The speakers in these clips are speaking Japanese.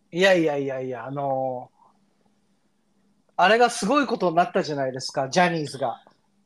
いやいやいやいや、あれがすごいことになったじゃないですか、ジャニーズが。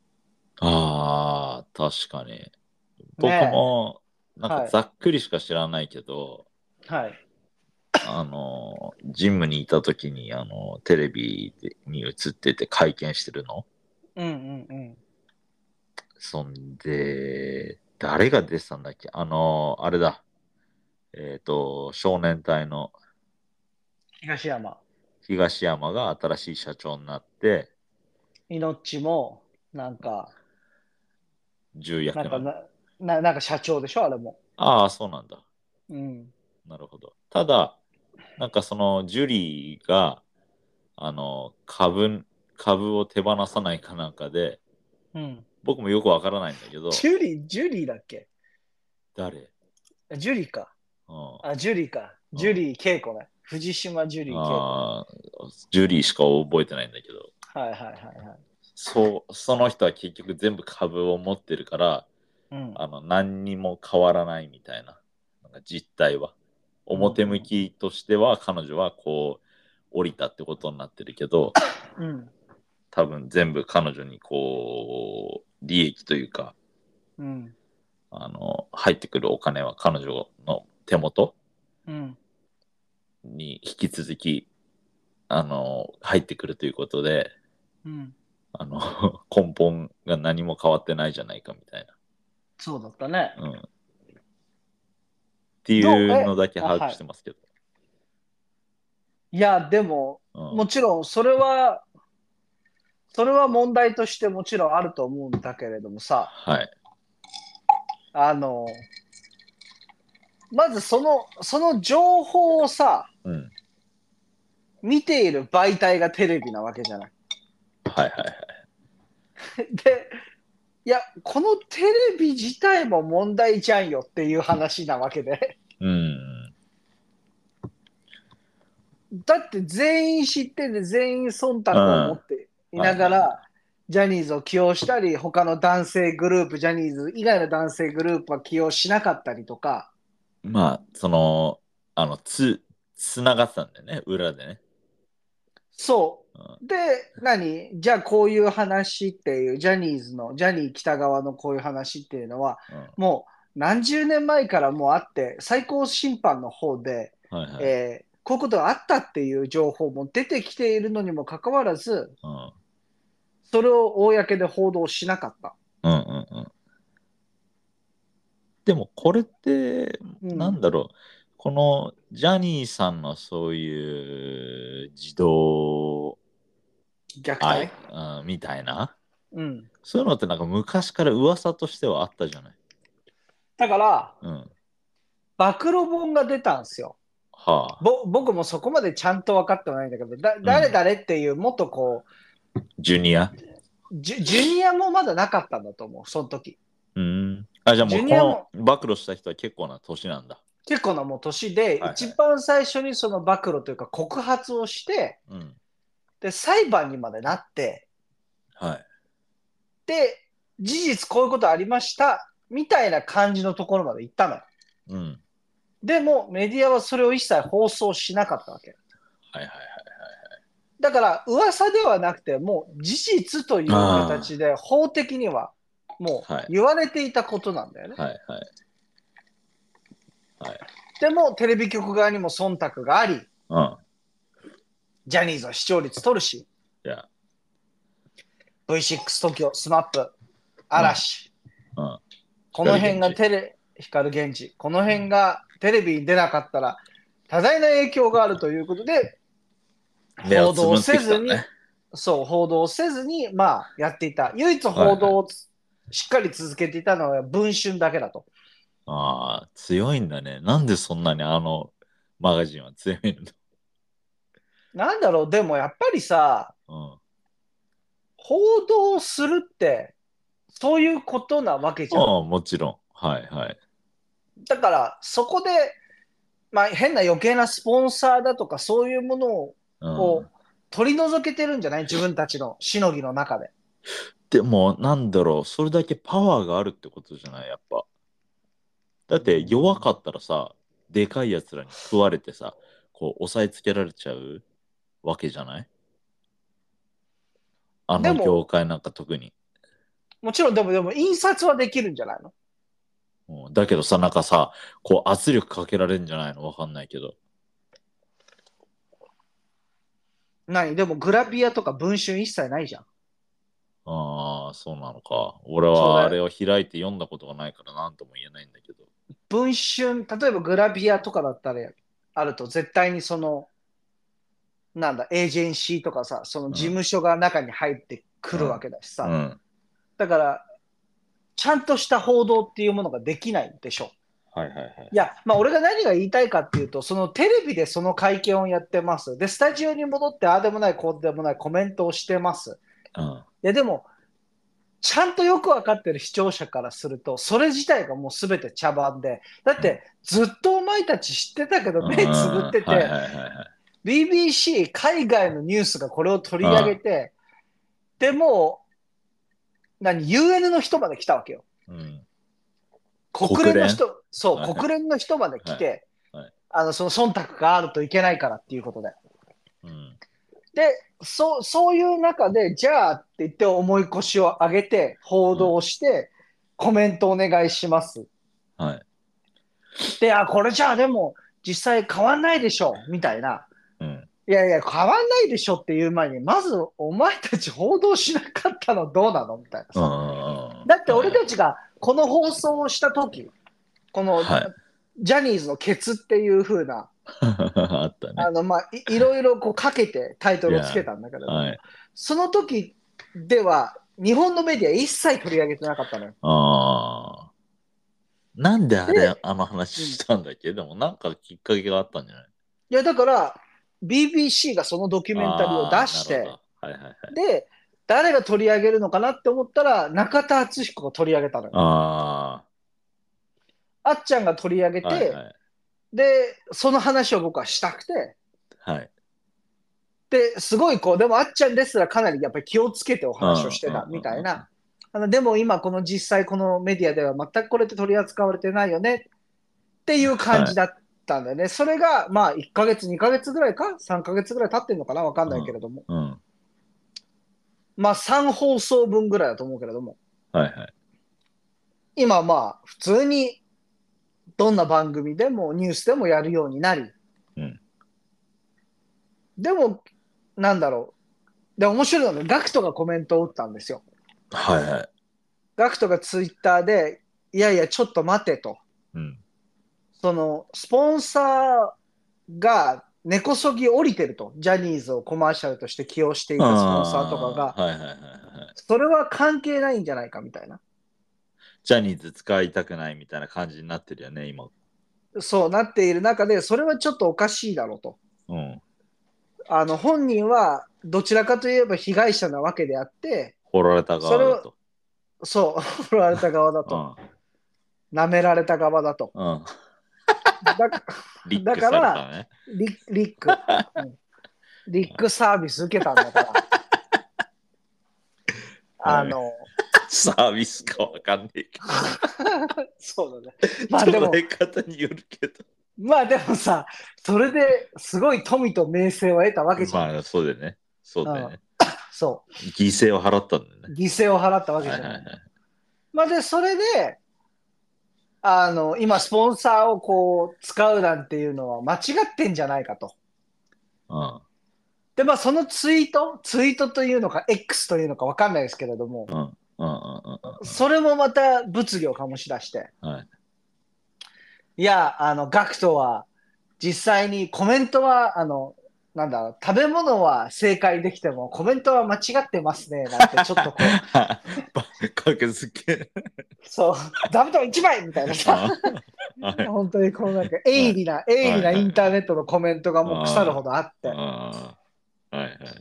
ああ、確かに。僕ねえ。 も、なんかはい。 ざっくりしか知らないけど、 はい。 ジムにいた時に、テレビに映ってて会見してるの。 うんうんうん。 そんで、誰が出てたんだっけ。あれだ。少年隊の東山。 東山が新しい社長になって、 イノッチも、なんか、 重役なの。 なんか社長でしょ、あれも。 ああ、そうなんだ。 うん。 なるほど。ただ、なんかそのジュリーが、株を手放さないかなんかで、 うん。 僕もよくわからないんだけど、 ジュリーだっけ？ 誰？ ジュリーか。 うん。 あ、ジュリーか。 うん。 ジュリー恵子ね。藤島ジュリー恵子ね。 あジュリーしか覚えてないんだけど、 はいはいはいはい。 その人は結局全部株を持ってるから、 うん。 何にも変わらないみたいな、なんか実態は。 うん表向きとしては彼女はこう、降りたってことになってるけど、 うん。うん。 多分全部彼女にこう、利益というか、 うん。 入ってくるお金は彼女の手元うん。 に引き続き、入ってくるということで、 うん。 根本が何も変わってないじゃないかみたいな。 そうだったね。 うん。っていうのだけ把握はい。 してますけど。 いや、でも、 うん。 もちろん、それは問題としてもちろんあると思うんだけれどもさ、 はい。 あの、まずその情報をさ、 うん。 見ている媒体がテレビなわけじゃない。 はいはいはい。 で、いや、このテレビ自体も問題じゃんよっていう話なわけで。 うん。 だって全員知ってて全員忖うん。 度を持はっていいはいはい。 ながら、ジャニーズを起用したり、他の男性グループ、ジャニーズ以外の男性グループは起用しなかったりとか、 まあ、あの、つながってたんだよね、裏でね。 そうん。 う。で、じゃあこういう話っていう、ジャニー喜多川のこういう話っていうのは、 うん。 もう何十年前からもうあって、最高審判の方で、 はいはい。 こういうことがあったっていう情報も出てきているのにもかかわらず、 うん。 それを公で報道しなかった。 うんうんうん。でもこれって、 うん。 なんだろう。このジャニーさんのそういう児童愛、 虐待。 うん、みたいな、 うん。 そういうのってなんか昔から噂としてはあったじゃない。 だから、 うん。 暴露本が出たんですよ。 はあ。 僕もそこまでちゃんと分かってないんだけど、誰うん。 々っていう、もっとこジュニア。 う、ジュニアもまだなかったんだと思う、その時。 うん。あ、じゃあもジうこュニアもの暴露した人は結構な年なんだ。 結構なもう年で、 はいはい。 一番最初にその暴露というか告発をして、 うん。 で、裁判にまでなって、 はい。 で、事実こういうことありました、みたいな感じのところまで行ったのよ。 うん。 でも、メディアはそれを一切放送しなかったわけ。 はいはいはい。 だから、噂ではなくて、もう事実というあ形で、法的にはもあ。はい。 う言われていたことなんだよね。 はいはいはい。 でも、テレビ局側にも忖度があり、 うん。 ジャニーズは視聴率取るし、 いや。 V6 TOKIO、スマップ、 うん。 嵐、 うん。 この辺が光源氏。 光源氏、このうん。 辺がテレビに出なかったら、多大な影響があるということで、報道目をつむってせずに、 きたね。 報道せずに、やっていた。唯一はいはい。 報道をしっかり続けていたのは文春だけだと。 ああ、強いんだね。なんでそんなにマガジンは強いの？ なんだろう、でもやっぱりさ、 うん。 報道するって、そういうことなわけじゃん。 ああ、もちろん。はいはい。 だから、そこで、変な余計なスポンサーだとか、そういうものをうん。 取り除けてるんじゃない？自分たちのしのぎの中で。 でも、なんだろう。それだけパワーがあるってことじゃないやっぱ。だうって弱かん。 ったらさ、でかい奴らに食われてさ、 こう押さえつけられちゃうわけじゃない？あの業でも、 界なんか特に。 もちろんでも印刷はできるんじゃないの？ だけどさ、なんかさ、こう圧力かけられるんじゃないの？わかんないけど。 でもグラビアとか文春一切ないじゃん。 ああ、そうなのか。俺そうだよ。 はあれを開いて読んだことがないから何とも言えないんだけど。 文春、例えばグラビアとかだったらあると絶対にエージェンシーとかさ、そのうん。 事務所が中に入ってくるわうん。 けだしさ。 うん。 だから、ちゃんとした報道っていうものができないでしょ。 はいはいはい。 いや、まあ、俺が何が言いたいかっていうと、そのテレビでその会見をやってます。で、スタジオに戻って、ああでもない、こうでもないコメントをしてます。 うん。 いや、でも、ちゃんとよくわかってる視聴者からすると、それ自体がもうすべて茶番で、だっうん。 てずっとお前たち知ってたけど、 うん。 目つぶってはいはいて、 はいはい。 BBC 海外のニュースがこれを取り上げうん。 て、でも、UN の人まで来たわけよ。 うん。 国国連。 連の人、そう、 はい国連の人まで来はい。 て、 はい。 その忖度があるといけないからっていうことで。 うん。 で、そういう中で、じゃあって言って重い腰を上げて、報はい。 道して、コメントお願いします。 はい。 で、これじゃあでも、実際変わんないでしょ、みたいな。 うん。 いやいや、変わんないでしょっていう前に、まずお前たち報道しなかったのどうなのみたいなうん。 さ。 はだって俺いはい。 たちがこの放送をした時、このはい。 ジャニーズのケツっていう風な、 あったね。 まあ、いろいろこうかけてタイトルをつけいや、 たんだけれども、 はい。 その時では日本のメディア一切取り上げてなかったのよ。 ああ。なんであれ、 で、 あの話うん、いしたんだっけ？でもなんかきっかけがあったんじゃない？ やだから BBC がそのドキュメンタリーをああ、 出して、 なるほど。はいはいはい。 で、誰が取り上げるのかなって思ったら中田敦彦が取り上げたのよ。 ああっちゃんが取り上げあ、はいて、 はい。 で、その話を僕はしたくて、 はい。 で、すごいでもあっちゃんですらかなりやっぱり気をつけておうんうん話をしてたうんうんうん。 みたいな。でも今この実際このメディアでは全くこれって取り扱われてないよねっていう感はい。 じだったんだよね。それがまあ1ヶ月、2ヶ月ぐらいか ?3 ヶ月ぐらい経ってんのかなわかんうん。 ないけれども。 うん。 まあ3放送分ぐらいだと思うけれども。 はいはい。 今まあ普通にどんな番組でもニュースでもやるようになり。 うん。 でも、なんだろう。で、面白いのが、ガクトがコメントを打ったんですよ。 はいはい。 ガクトがツイッターで、いやいや、ちょっと待てと。 うん。 スポンサーが根こそぎ降りてると。ジャニーズをコマーシャルとして起用していたスポンサーとかが、 ああ、はいはいはいはい。 それは関係ないんじゃないかみたいな。 ジャニーズ使いたくないみたいな感じになってるよね、今。 そうなっている中で、それはちょっとおかしいだろうと。 うん。 本人はどちらかといえば被害者なわけであって、 掘られたそれを、 側だと。 そう、振られた側だと。 うん。 舐められた側だと。 うん。 だ、 リックされだから、 たね。 リック、うん、リックサービス受けたんだから、あはい。 の、 サービスかわかんないけど。 そうだね。まあでも、 捉え方によるけど。 まあでもさ、それですごい富と名声を得たわけじゃん。 まあ、そうだよね。そううん、 だよね。 そ犠牲を払ったんだよね。 う。犠牲を払ったわけはいじゃない。 はいはい。 まあで、それで、今、スポンサーをこう、使うなんていうのは間違ってんじゃないかと。 うん。 で、まあそのツイートというのか、X というのかわかんないですけれども、 うん。うん。うん。うん。 それもまた物議を醸し出して、 はい。 いや、ガクトは、実際にコメントは、食べ物は正解できても、コメントは間違ってますね、なんて、ちょっとこ格付け。 う、そう、座布団1枚みたいなさ、 あはい。 本当にこうなんか、 はい。 鋭利なはいはいはい。 インターネットのコメントがもう腐るほあどあっあ。 て、 ああ。はいはい。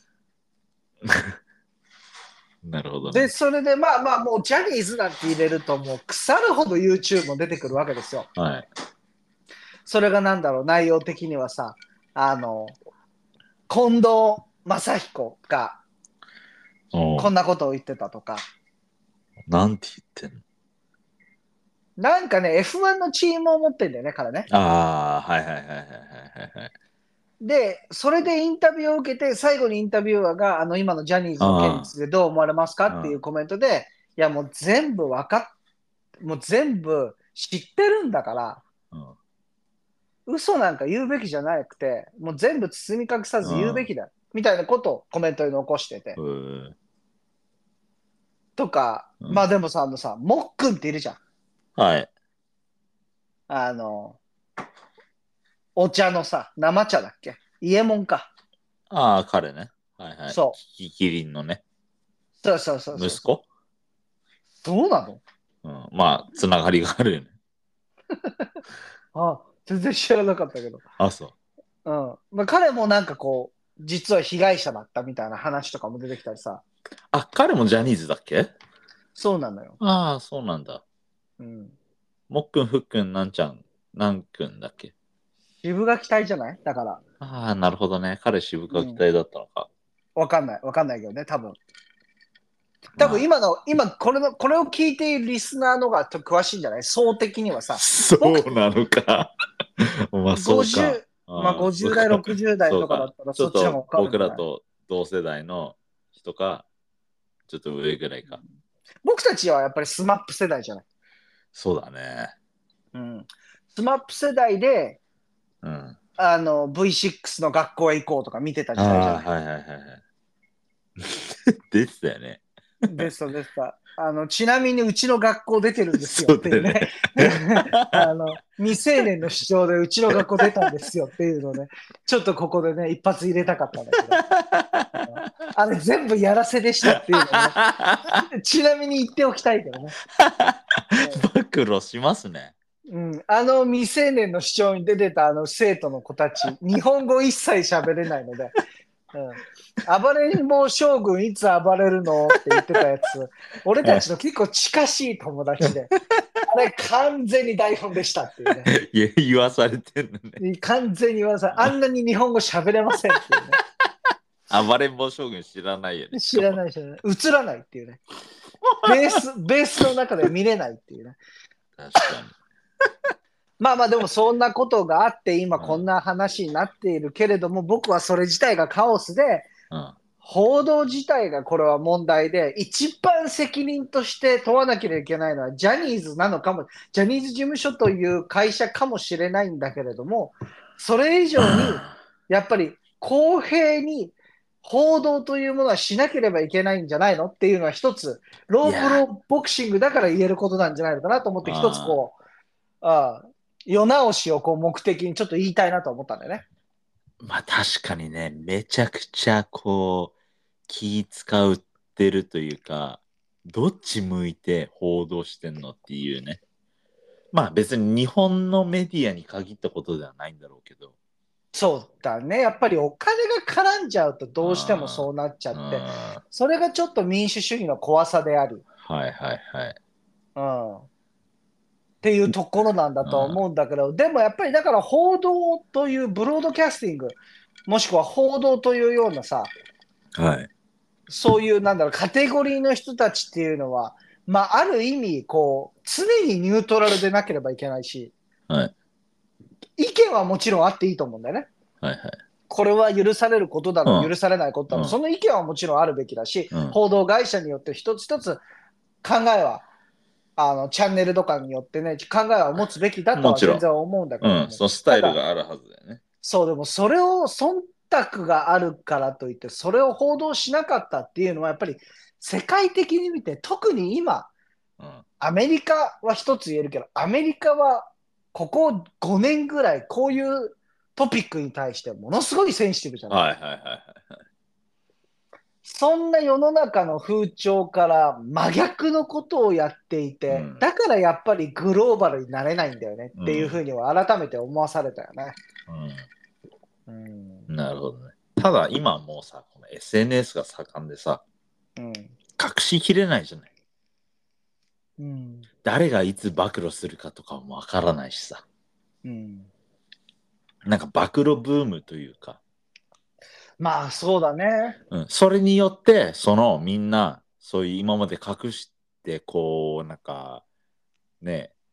なるほどで、 ね。 それでまあまあ、もうジャニーズなんて入れると、もう腐るほど YouTube も出てくるわけですよ。 はい。 それが内容的にはさ、あの、近藤正彦がおう。 こんなことを言ってたとか、 なんて言ってんなんかね、F1 のチームを持ってんだよね、彼ね。 ああ、はいはいはいはいはいはい。 で、それでインタビューを受けて、最後にインタビュアーが、今のジャニーズの件についてどう思われますかっていうコメントで、いや、もう全部もう全部知ってるんだから、嘘なんか言うべきじゃなくて、もう全部包み隠さず言うべきだ。みたいなことをコメントに残してて。とか、まあでもさ、もっくんっているじゃん。 はい。 あの、お茶のさ、生茶だっけ伊右衛門か。 ああ、彼ね。はいはい。 そう。 キリンのね。 そうそうそうそうそう。 息子。 どうなの？ まあ、つながりがあるよね。 あ、全然知らなかったけど。 あ、そうん。まあ、彼もなんかこう、実は被害者だったみたいな話とかも出てきたりさ。 う。あ、彼もジャニーズだっけ？ そうなのよ。 ああ、そうなんだ。 うん。 もっくん、ふっくん、なんちゃん、なんくんだっけ？ 渋垣隊じゃないだから。 ああ、なるほどね。彼、渋うん。 川期待だったのか。 わかんない。わかんないけどね、多分。多分まあ、 今、これを聞いているリスナーのが詳しいんじゃない？層的にはさ。 そうなのか。まあ、そうか。 50、まあ50代、60代とかだそうか。 ったらちょっそっちの方がわと僕かるんじゃない？ らと同世代の人か、ちょっと上ぐらいか。 僕たちはやっぱりスマップ世代じゃない。 そうだね。 うん。スマップ世代で、 うん。 V6 の学校へ行こうとか見てた時代じゃああ、 ない。 はいはいはいはい。でしたよね。 でした、でした。ちなみにうちの学校出てるんですよそうだよね。 っていうね。未成年の主張でうちの学校出たんですよっていうのね、ちょっとここでね、一発入れたかったんだけど。あれ全部やらせでしたっていうのね。ちなみに言っておきたいけどね。 暴露しますね。 うん、未成年の主張に出てた生徒の子たち、日本語一切喋れないので、暴れん坊将軍いつ暴れるのって言ってたやつ、俺たちの結構近しい友達で、あれ完全に台本でしたっていうね。 言わされてんのね。 完全に言わさあんなに日本語喋れませんっていうね。 暴れん坊将軍知らないよね。 知らない、映らないっていうね。ベースの中で見れないっていうね。 確かに。 まあまあでもそんなことがあって今こんな話になっているけれども、僕はそれ自体がカオスで、報道自体がこれは問題で、一番責任として問わなければいけないのはジャニーズなのかも、ジャニーズ事務所という会社かもしれないんだけれども、それ以上にやっぱり公平に報道というものはしなければいけないんじゃないのっていうのは一つ、ロープロボクシングだから言えることなんじゃないのかなと思って、一つこう、世直しをこう目的にちょっと言いたいなと思ったんだよね。 まあ確かにね、めちゃくちゃこう、気使うってるというか、どっち向いて報道してんのっていうね。まあ別に日本のメディアに限ったことではないんだろうけど。 そうだね。やっぱりお金が絡んじゃうとどうしてもそうなっちゃって、それがちょっと民主主義の怖さであり、 はいはいはい。 っていうところなんだと思うんだけど、でもやっぱりだから報道というブロードキャスティング、もしくは報道というようなさ、 はい。 そういうカテゴリーの人たちっていうのは、まあある意味、こう、常にニュートラルでなければいけないし、 はい。 意見はもちろんあっていいと思うんだよね。 はいはい。 これは許されることだろう、許されないことだろう、その意見はもちろんあるべきだし、報道会社によって一つ一つ考えは、チャンネルとかによってね、考えは持つべきだとは全然思うんだけども。 そのスタイルがあるはずだよね。 そう、でもそれを忖度があるからといって、それを報道しなかったっていうのは、やっぱり世界的に見て、特に今、アメリカは一つ言えるけど、アメリカはここ5年ぐらい、こういうトピックに対してものすごいセンシティブじゃない。 はいはいはいはい。 そんな世の中の風潮から真逆のことをやっていて、だからやっぱりグローバルになれないんだよねっていうふうには改めて思わされたよね。 なるほどね。ただ今もうさ、この SNS が盛んでさ、隠しきれないじゃない。誰がいつ暴露するかとかもわからないしさ。なんか暴露ブームというか。 まあそうだね。 それによって、みんな、そういう今まで隠して、こう、なんか、ね、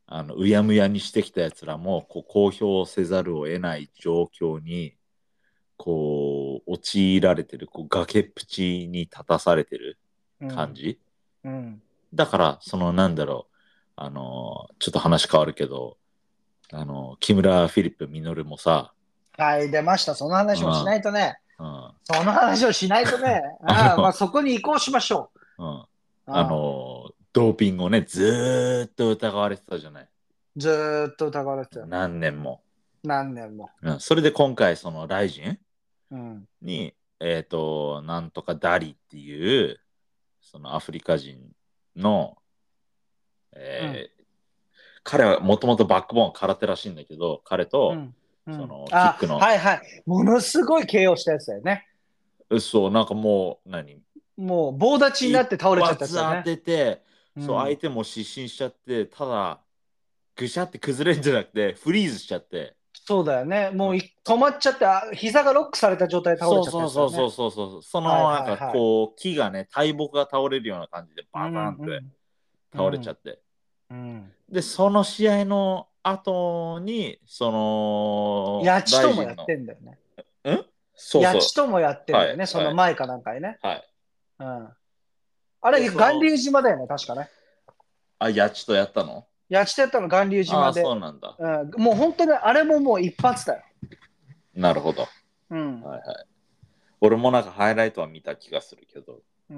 うやむやにしてきたやつらもこう公表せざるを得ない状況にこう陥られてる、こう崖っぷちに立たされてる感じ、 うん。 だからそのなんだろう、ちょっと話変わるけど、木村フィリップ・ミノルもさ、 はい、出ました。その話もしないとね。 うん、 その話をしないとね。ああ、まあそこに移行しましょうん、 う。ああ、 ドーピングをね、ずーっと疑われてたじゃない。 ずーっと疑われてたよ。 何年も。 何年も。 うん、それで今回、そのライジンうん。 に、なんとかダリっていう、そのアフリカ人の、 うん。 彼はもともとバックボーン空手らしいんだけど、彼と、 うん。うん。 そのキッあ、 クの、 はいはい。ものすごい KO したやつだよね。 そう、なんかもう、 もう棒立ちにな一って倒れちゃったやつ発当だよね。 てて、そう、相うん。 手も失神しちゃって、ただ、ぐしゃって崩れるんじゃなくて、フリーズしちゃって、 そうだよね。 うん、 止まっちゃって、膝がロックされた状態で倒れそうちゃったそうそうそうやつだよね。 そうそう、そはいのなんかはいはい。 こう、木がね、大木が倒れるような感じでうバタンってんうん。 倒れちゃって。 うん。 で、その試合の後に、その、 ヤチともやっ大臣の、 てんだよね。 んそうヤそう。 チともやってんはい、 だよね。そはい、 の前かなんかにね。 はい。 うん。あで、 れ、巌流島だよね、確かね。 やちとやったの？ ヤチとやったの巌流ああ、 島で。 そうなんだ。 うん。もう本当に、あれももう一発だよ。 なるほど。 うん。 はいはい。俺もなんかハイライトは見た気がするけど。 うん。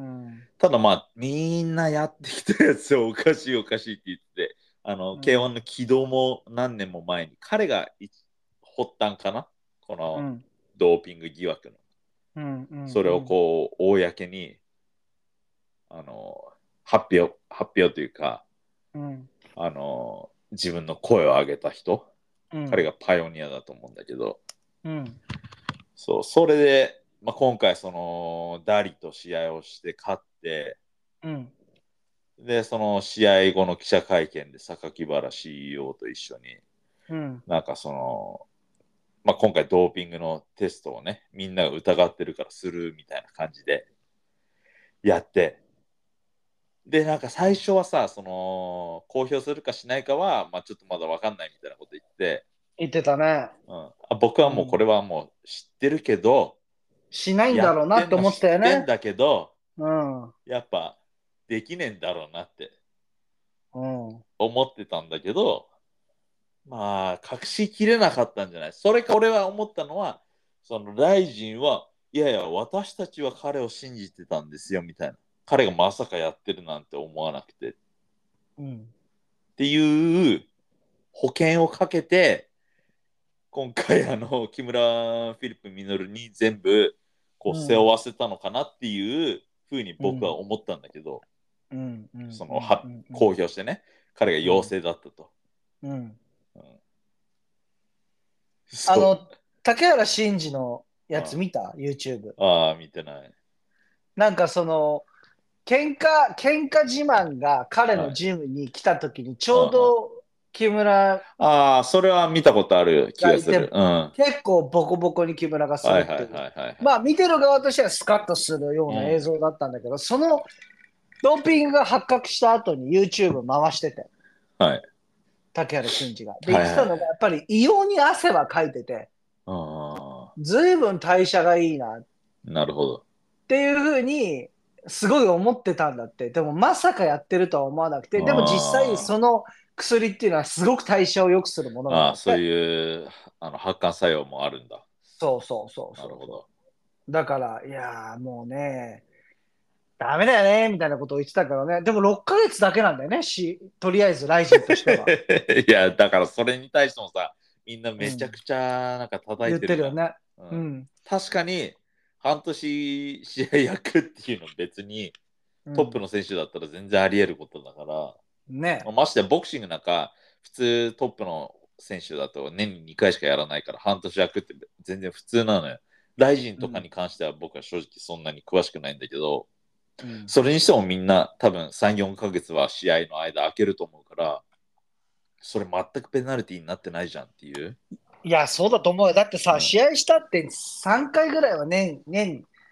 ただまあ、みんなやってきたやつはおかしいおかしいって言ってて、K1 うん。 の起動も何年も前に、彼が発端かな、このうん。 ドーピング疑惑の。 うん。うん。 それをこう、公に、発表というか、 うん。 自分の声を上げた人、 うん。 彼がパイオニアだと思うんだけど、 うん。 そう、それで、まあ、今回、その、ダリと試合をして勝って、 うん。 で、その試合後の記者会見で榊原 CEO と一緒に、 うん。 なんかその、まあ、今回ドーピングのテストをね、みんなが疑ってるからするみたいな感じでやって、で、なんか最初はさ、その、公表するかしないかは、まあ、ちょっとまだわかんないみたいなこと言って、 言ってたね。 僕はもうこうん。 れはもう知ってるけど、 しないんやだろうなって思っってんの知てたよね。 ってんだけど、 うん。うやっぱできねえんだろうなってん。 思ってたんだけど、まあ、隠しきれなかったんじゃない。それか俺は思ったのは、そのライジンは、いやいや、私たちは彼を信じてたんですよ、みたいな。彼がまさかやってるなんて思わなくて。っうん。 ていう保険をかけて、今回木村フィリップ・ミノルに全部、こう、背負うん。 わせたのかなっていうふうに僕はうん。 思ったんだけど、 うん。うん。 その、 うん。うん。 公表してね、彼がうん。 陽性だったと。 うん。 うん、そう。 竹原慎二のやつあ見た ?YouTube。 あ、見てない。 なんか喧嘩自慢が彼はい。 のジムに来た時にちょううんうん、 ど木村ああ、それは見たことある気がする。 がいて、 うん。は結構ボコボコに木村がすいはいはいるっていう。 はいはい。 まあ見てる側としてはスカッとするような映うん。 像だったんだけど、そのドーピングが発覚した後に YouTube 回してて、 はい。 竹原慎二が。で、言ってたのが、 はいはい。 やっぱり異様に汗はかいてて、 あずいぶん代謝がいいなっあ、なるほど。 ていうふうに、すごい思ってたんだって。でもまさかやってるとは思わなくて、でも実際あその薬っていうのはすごく代謝を良くするものなんあ、そうだって。 いう、発汗作用もあるんだ。 そうそうそうそうそなるほど。 う。だから、いやーもうね、ダメだよね、みたいなことを言ってたからね。でも6ヶ月だけなんだよね、とりあえず、ライジンとしては。 いや、だからそれに対してもさ、みんなうん。 めちゃくちゃなんか叩い言ってるじゃん。 てるよね。 うん。 うん。 確かに、半年試合役っていうの別にトップうん。 の選手だったら全然あり得ることだから、 ね。 ましてやボクシングなんか、普通トップの選手だと年に2回しかやらないから半年役って全然普通なのよ。ライジンとかうん。 に関しては僕は正直そんなに詳しくないんだけど、 うん。 それにしてもみんな多分3、4ヶ月は試合の間空けると思うから、それ全くペナルティーになってないじゃんっていう。 いや、そうだと思うよ。だってさ、 うん。 試合したって3回ぐらいは年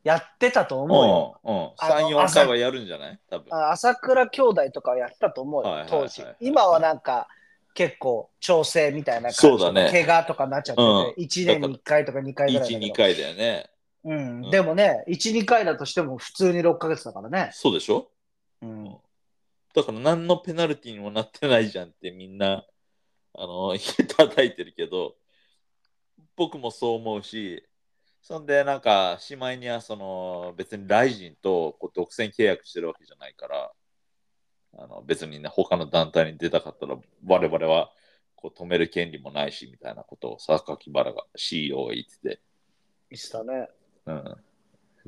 やってたとうん、 思うよ。 うん。3、4回はやるんじゃない多分。 朝倉兄弟とかはやったと思うよ、 はいはいはい当時。今ははい。 なんか結構調整みたいな感じとか、 そうだね。 怪我とかなっちゃってて、 うん。 1年にだから、 1回とか2回ぐらい 1、 だけど。 2回だよね。 うん。 うん。 でもね、1、2回だとしても普通に6ヶ月だからね。 そうでしょ？うん。 うん。 だから何のペナルティーにもなってないじゃんってみんな、叩いてるけど、僕もそう思うし、そんでなんか、しまいには別にライジンとこう独占契約してるわけじゃないから、別にね、他の団体に出たかったら、我々はこう止める権利もないし、みたいなことを榊原が CEO が言ってて。 いつだね。 うん。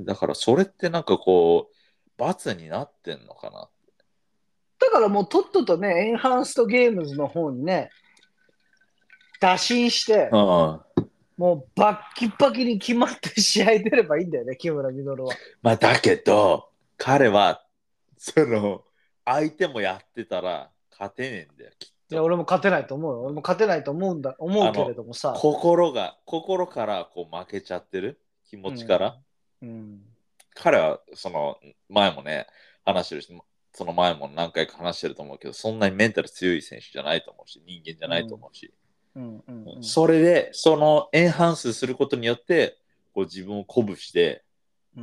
だからそれってなんかこう、罰になってんのかな。 だからもうとっととね、エンハンストゲームズの方にね、打診して、 うん。 もうバッキバキに決まって試合出ればいいんだよね、木村稔は。 まあだけど、彼は、相手もやってたら勝てねえんだよ、きっいや、 と。 俺も勝てないと思うよ。 うん。 俺も勝てないと思うけれどもさ。 心からこう負けちゃってる気持うん。 ちから。 うん。 彼は、前もね、話してるし、その前も何回か話してると思うけど、そんなにメンタル強い選手じゃないと思うし、人間じゃないとうん。 思うし。 うん。うん。うん。 それで、エンハンスすることによって、こう自分を鼓舞して、 うん。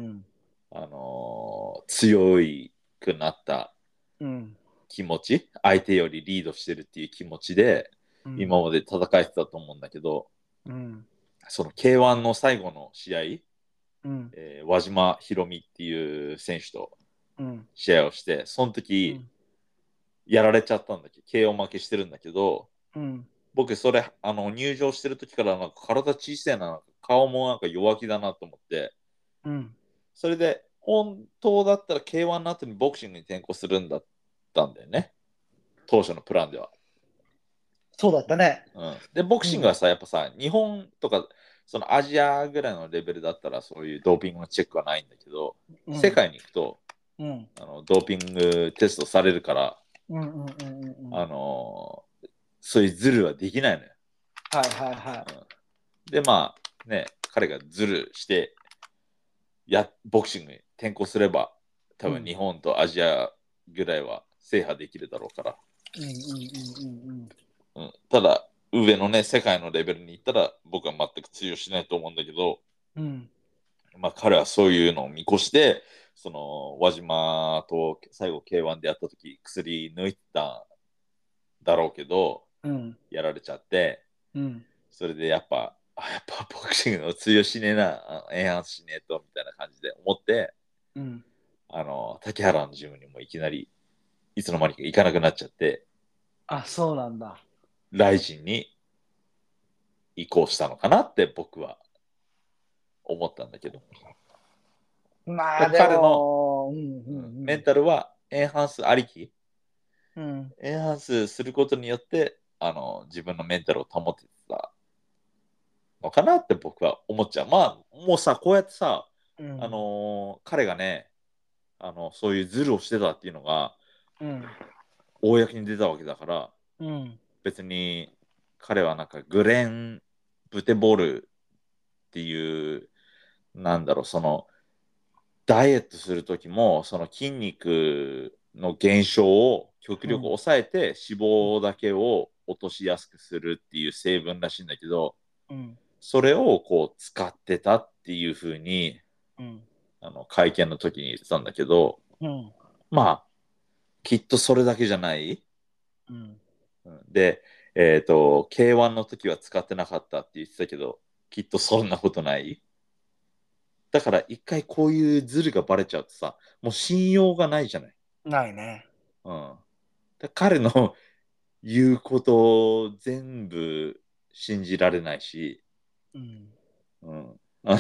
強いくなったうん。 気持ち、相手よりリードしてるっていう気持ちで、 うん。 今まで戦えてたと思うんだけど、 うん。 その K1 の最後の試合、 うん。 輪島宏美っていう選手とうん。 試合をして、その時、 うん。 やられちゃったんだけど、KO 負けしてるんだけど、 うん。 僕、それ、入場してる時から、なんか体小さいな、顔もなんか弱気だなと思って、 うん。 それで、本当だったら K1 の後にボクシングに転向するんだったんだよね。当初のプランでは。 そうだったね。 うん。で、ボクうん。 シングはさ、やっぱさ、日本とか、そのアジアぐらいのレベルだったら、そういうドーピングのチェックはないんだけど、 うん。 世界に行くと、 うん。 ドーピングテストされるから、 うん。うん。うん。うん。 あのそういうズルはできないのよ。 はいはいはうん、で、まあね、彼がズルして、ボクシングに転向すれば、多い。う分日ん。 本とアジアぐらいは制覇できるだろうから。 うん。うん。うん。 うん、ただ、上のね、世界のレベルに行ったら、僕は全く通用しないと思うんだけど、 うん。うん。 まあ彼はそういうのを見越して、輪島と最後 K1 でやった時、薬抜いたんだろうけど、 うん。 やられちゃって、 うん。 それでやっぱボクシングの通用しねえな、エンハンスしねえと、みたいな感じで思って、 うん。 竹原のジムにもいきなり、いつの間にか行かなくなっちゃって、 あ、そうなんだ。 ライジンに移行したのかなって僕は思ったんだけど。 まあで彼の、 も、うん。うメンん。 タルはエンハンスありき、 うん。うん。 エンハンスすることによって、自分のメンタルを保ててたのかなって僕は思っちゃう。まあ、もうさ、こうやってさ、 うん。 彼がね、そういうズルをしてたっていうのが、 うん。 公に出たわけだから、 うん。 別に彼はなんかグレン・ブテボルっていう、なんだろう、ダイエットするときも、その筋肉の減少を極力うん。 抑えて脂肪だけを落としやすくするっていう成分らしいんだけど、 うん。 それをこう使ってたっていうふうに、 うん。 会見の時に言ってたんだけど、 うん。 まあ、きっとそれだけじゃない。 うん。 で、K1 の時は使ってなかったって言ってたけど、きっとそんなことない。だから一回こういうズルがバレちゃうとさ、もう信用がないじゃない。 ないね。 うん。彼の言うことを全部信じられないし、 うん。 うん。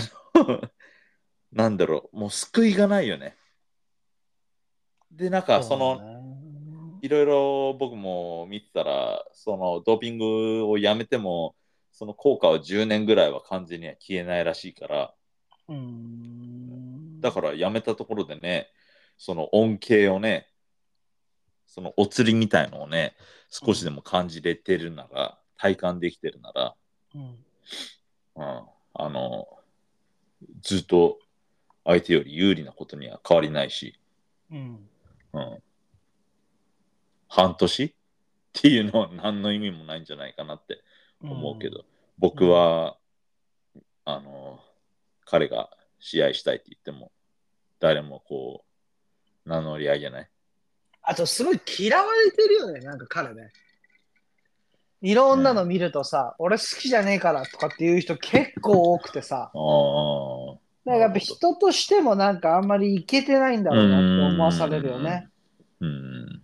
なんだろう、もう救いがないよね。で、なんかそうだね。 いろいろ僕も見てたら、ドーピングをやめても、その効果は10年ぐらいは完全には消えないらしいから、 うーん。 だからやめたところでね、その恩恵をね、そのお釣りみたいのをね、 うん。 少しでも感じれてるなら、体感できてるなら、 うん。 うん、あの、ずっと相手より有利なことには変わりないし、 うん。 うん、半年っていうのは何の意味もないんじゃないかなってうん。 思うけど、僕うん。 は、あの、彼が試合したいって言っても、誰もこう、名乗り上げない。 あと、すごい嫌われてるよね、なんか彼ね。いろんなのうん。 見るとさ、俺好きじゃねえからとかっていう人結構多くてさ、 ああ、 だからやっぱなるほど。 人としてもなんかあんまりいけてないんだうろうなって思わされるよーん。 ね。 うん。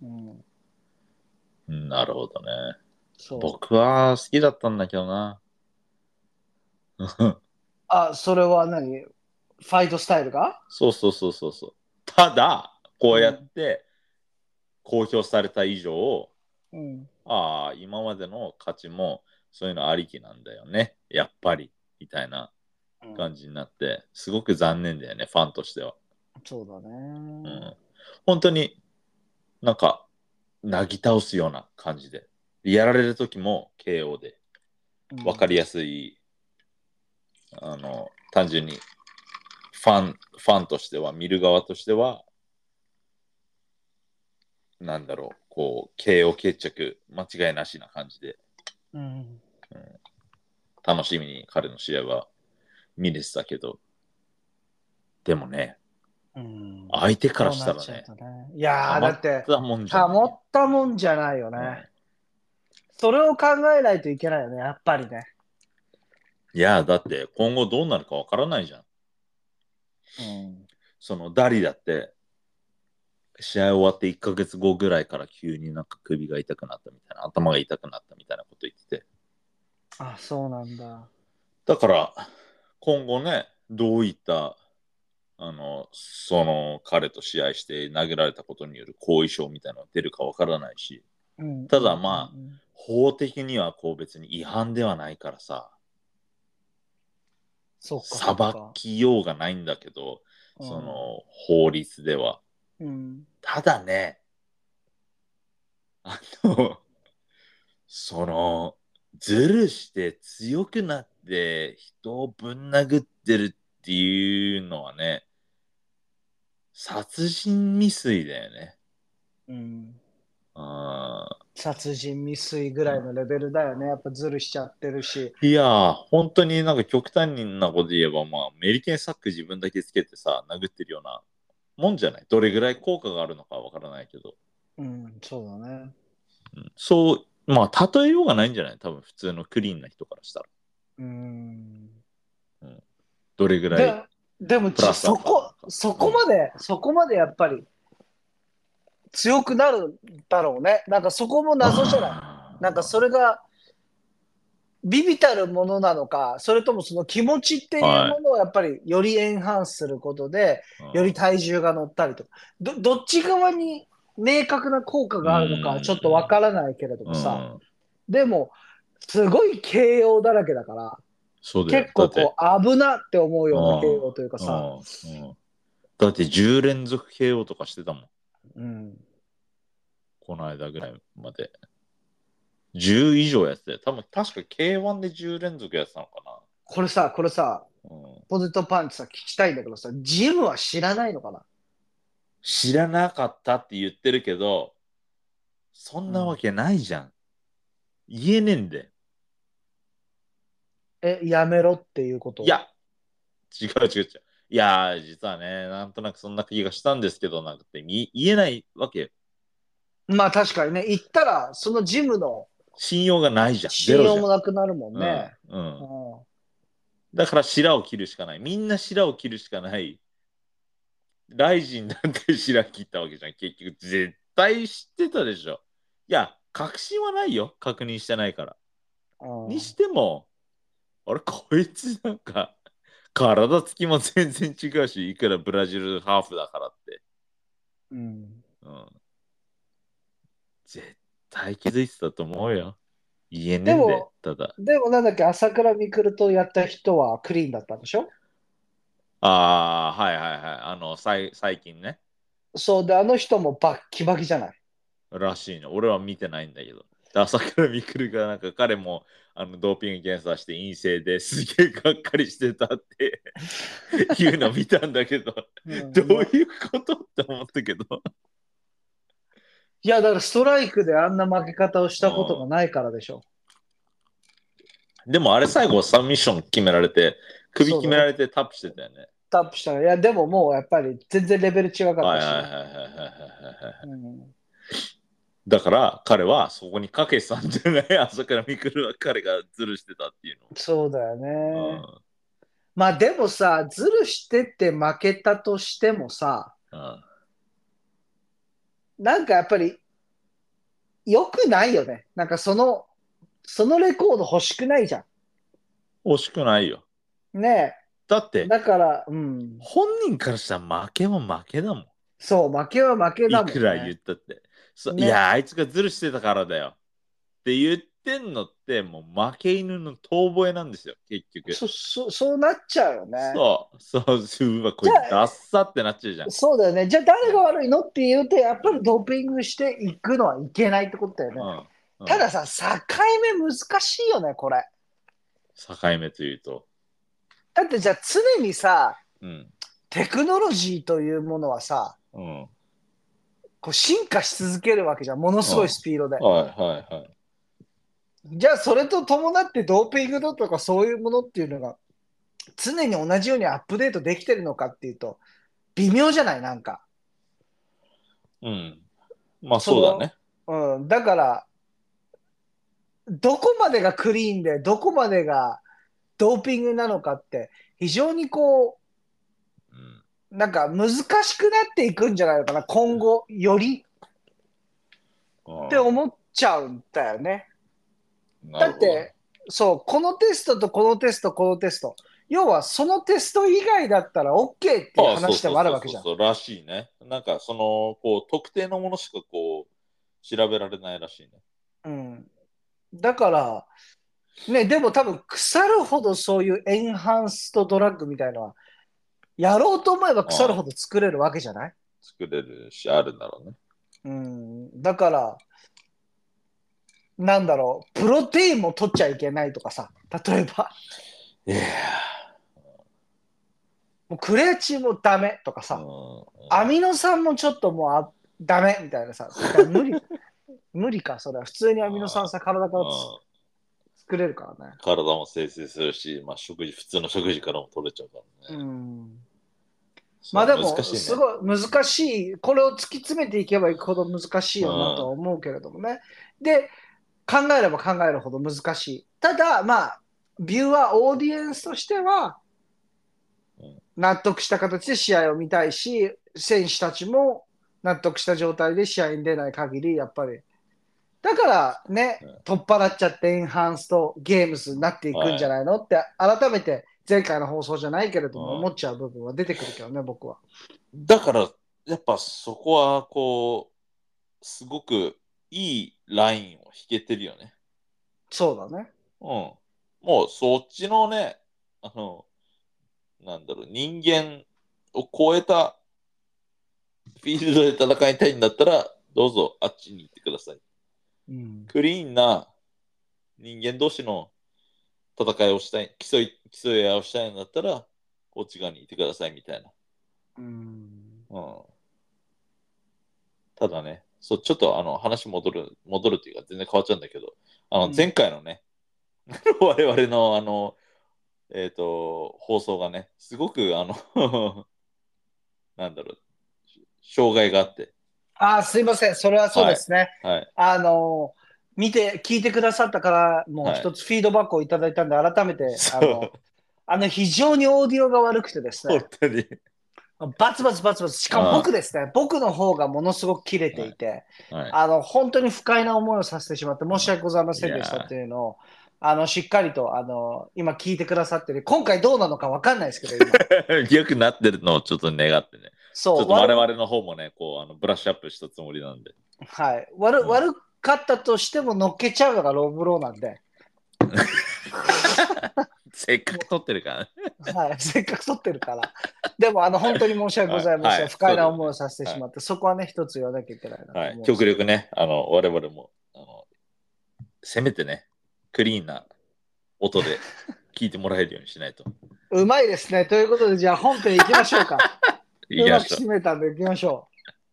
うん。 なるほどね。 そう。 僕は好きだったんだけどな。 あ、それは何ファイトスタイルが。 そうそうそうそうそう。ただ、こうやっうん。 て公表された以上、 うん。 ああ、今までの価値もそういうのありきなんだよね。やっぱり、みたいなうん。 感じになって、すごく残念だよね、ファンとしては。 そうだね。 うん。本当になんか、なぎ倒すような感じで。やられる時も KO で。 うん。 わかりやすい、単純にファンとしては、見る側としては、なんだろう、こう、KO 決着、間違いなしな感じで、 うん。 うん、楽しみに彼の試合は見れてたけど、でもね、 うん。 相手からそうしたらね、 なっちゃうとね。いやー、 たまっだって、 たもんじゃたないよ。 もったもんじゃないよね。 うん、 それを考えないといけないよね、やっぱりね。 いや、だって今後どうなるかわからないじゃん。 うん。 そのダリだって、試合終わって1ヶ月後ぐらいから急になんか首が痛くなったみたいな、頭が痛くなったみたいなこと言ってて。 あ、そうなんだ。 だから、今後ね、どういった、その彼と試合して投げられたことによる後遺症みたいなのが出るかわからないし、 うんうただんうんまあ、 うん。 法的にはこう別に違反ではないからさ、 そっかそ裁っか。 きようがないんだけど、 うん。 その法律では。 うん。 ただね、あの、その、ずるして強くなって人をぶん殴ってるっていうのはね、殺人未遂だよね。 うん。 あ殺人未遂ぐらいのレベルだよね。やっぱズルしちゃってるし。 いやー、本当になんか極端なこと言えば、まあ、メリケンサック自分だけつけてさ、殴ってるようなもんじゃない。どれぐらい効果があるのかわからないけど。 うん、そうだね。 うん、そう、まあ、例えようがないんじゃない多分普通のクリーンな人からしたら。 うん。 うん、どれぐらいで、でもプラスアルファなのか。 そうん。 こまで、そこまでやっぱり強くなるだろうね。なんかそこも謎じゃない。なんかそれがビビたるものなのか、それともその気持ちっていうはい。 ものをやっぱりよりエンハンスすることで、より体重が乗ったりとか、どっち側に明確な効果うがあるのかはちょっとわかん。 らないけれどうもさ、 ん。 でも、すごい形容だらけだから、 そうだよ。 結構こだって、 う危なって思ううような形ん。 容というかさ、 うん。うん。だって10連続 KO とかしてたもん。 うん。 この間ぐらいまで。10以上やってたよ。確か K1 で10連続やってたのかこれさ、 な。うん。 ポテトパンチさ、聞きたいんだけどさ、ジムは知らないのかな。 知らなかったって言ってるけど、そんうん。 なわけないじゃん。言えねえんで。 やめろっていうこと。 いや、違う違う違う。いやー、実はね、なんとなくそんな気がしたんですけど、なんかって言えないわけよ。 まあ確かにね、行ったら、そのジムの信用がないじゃん。ゼ信用ロじゃん。 もなくなるもんうん、 ね。 うん。 うだから白を切るしかない。みんな白を切るしかない。ライジンだって白切ったわけじゃん。結局、絶対知ってたでしょ。いや、確信はないよ。確認してないから。にん。 しても、あれ、こいつなんか、体つきも全然違うし、いくらブラジルハーフだからって。 うん。 うん。絶対気づいてたと思うよ。言えねえんで、 でも、 ただ。 なんだっけ、朝倉未来とやった人はクリーンだったんでしょ。 ああ、はいはいはい。最近ね。 そうで、あの人もバッキバキじゃない。 らしいの。俺は見てないんだけど。 朝倉未来がなんか彼もドーピング検査して陰性ですげえがっかりしてたっていうのを見たんだけど、どういうことって思ったけど。 いや、だからストライクであんな負け方をしたことがないからでしょ。 でもあれ最後サブミッション決められて、首決められてタップしてたよね。 タップしたら、いや、でももうやっぱり全然レベル違かったしね。 だから彼はそこにかけさんじゃない、朝倉未来は彼がズルしてたっていうの。 そうだよね。まあでもさ、ズルしてって負けたとしてもさ、なんかやっぱり良くないよね。なんかそのレコード欲しくないじゃん。 欲しくないよ。 ねえ。 だって、 だから、 本人からしたら負けは負けだもん。 そう、負けは負けだもん、ね。 いくら言ったって。いや、あいつがズルしてたからだよ。って言ってんのって、もう負け犬の遠吠えなんですよ、結局。 そうなっちゃうよね。 そう、これダッサってなっちゃうじゃん。 そうだよね。じゃあ誰が悪いのって言うと、やっぱりドーピングしていくのはいけないってことだよね。たださ、境目難しいよね、これ。 境目というと。 だってじゃあ常にさ、テクノロジーというものはさ、こう進化し続けるわけじゃん。ものすごいスピードで。じゃあそれと伴ってドーピングだとかそういうものっていうのが常に同じようにアップデートできてるのかっていうと微妙じゃない、なんか。 まあそうだね。 だからどこまでがクリーンでどこまでがドーピングなのかって非常にこう、なんか難しくなっていくんじゃないのかな、今後よりって思っちゃうんだよね。だってそうこのテストとこのテストこのテスト、要はそのテスト以外だったら OK っていう話でもあるわけじゃん。 そうらしいね。なんかそのこう特定のものしかこう調べられないらしいね。 だからね、でも多分腐るほどそういうエンハンストドラッグみたいなのはやろうと思えば腐るほど作れるわけじゃない？ 作れるしあるんだろうね。だからなんだろう、プロテインも取っちゃいけないとかさ、例えば。もうクレアチンもダメとかさ、アミノ酸もちょっともうダメみたいなさ、無理か、それは。普通にアミノ酸さ、体から作れるからね。 体も生成するし、まあ、普通の食事からも取れちゃうからね。 まあでも、すごい難しい、これを突き詰めていけばいくほど難しいよなとは思うけれどもね。で、考えれば考えるほど難しい。ただ、まあ、ビューアー、オーディエンスとしては、納得した形で試合を見たいし、選手たちも納得した状態で試合に出ない限り、やっぱり。だからね、取っ払っちゃってエンハンスとゲームスになっていくんじゃないのって、改めて前回の放送じゃないけれども、思っちゃう部分は出てくるけどね、僕は。 だから、やっぱそこは、こう、すごくいいラインを引けてるよね。 そうだね。 もうそっちのね、なんだろう、人間を超えたフィールドで戦いたいんだったら、どうぞあっちに行ってください。クリーンな人間同士の戦いをしたい、競い合いをしたいんだったら、こっち側にいてくださいみたいな。ただね、ちょっと話戻るっていうか全然変わっちゃうんだけど、前回のね、我々の放送がね、すごくなんだろう、障害があって。 すいません、それはそうですね。 はい。 聞いてくださったから、もう一つフィードバックをいただいたんで、改めて、非常にオーディオが悪くてですね。 本当に。 バツバツバツバツ、しかも僕ですね、僕の方がものすごく切れていて、本当に不快な思いをさせてしまって申し訳ございませんでしたっていうのを、しっかりと、今聞いてくださってる、今回どうなのか分かんないですけど、 良くなってるのをちょっと願ってね。そう。ちょっと我々の方もね、こう、ブラッシュアップしたつもりなんで。 はい。悪かったとしても乗っけちゃうのがローブローなんで。 せっかく撮ってるから。 はい、せっかく撮ってるから。でも、本当に申し訳ございません。不快な思いをさせてしまって、そこはね、一つ言わなきゃいけないなと思う。 極力ね、我々も、 せめてね、クリーンな音で聞いてもらえるようにしないと。 うまいですね。ということで、じゃあ本編行きましょうか。 いきましょう。 うまく締めたんで行きましょ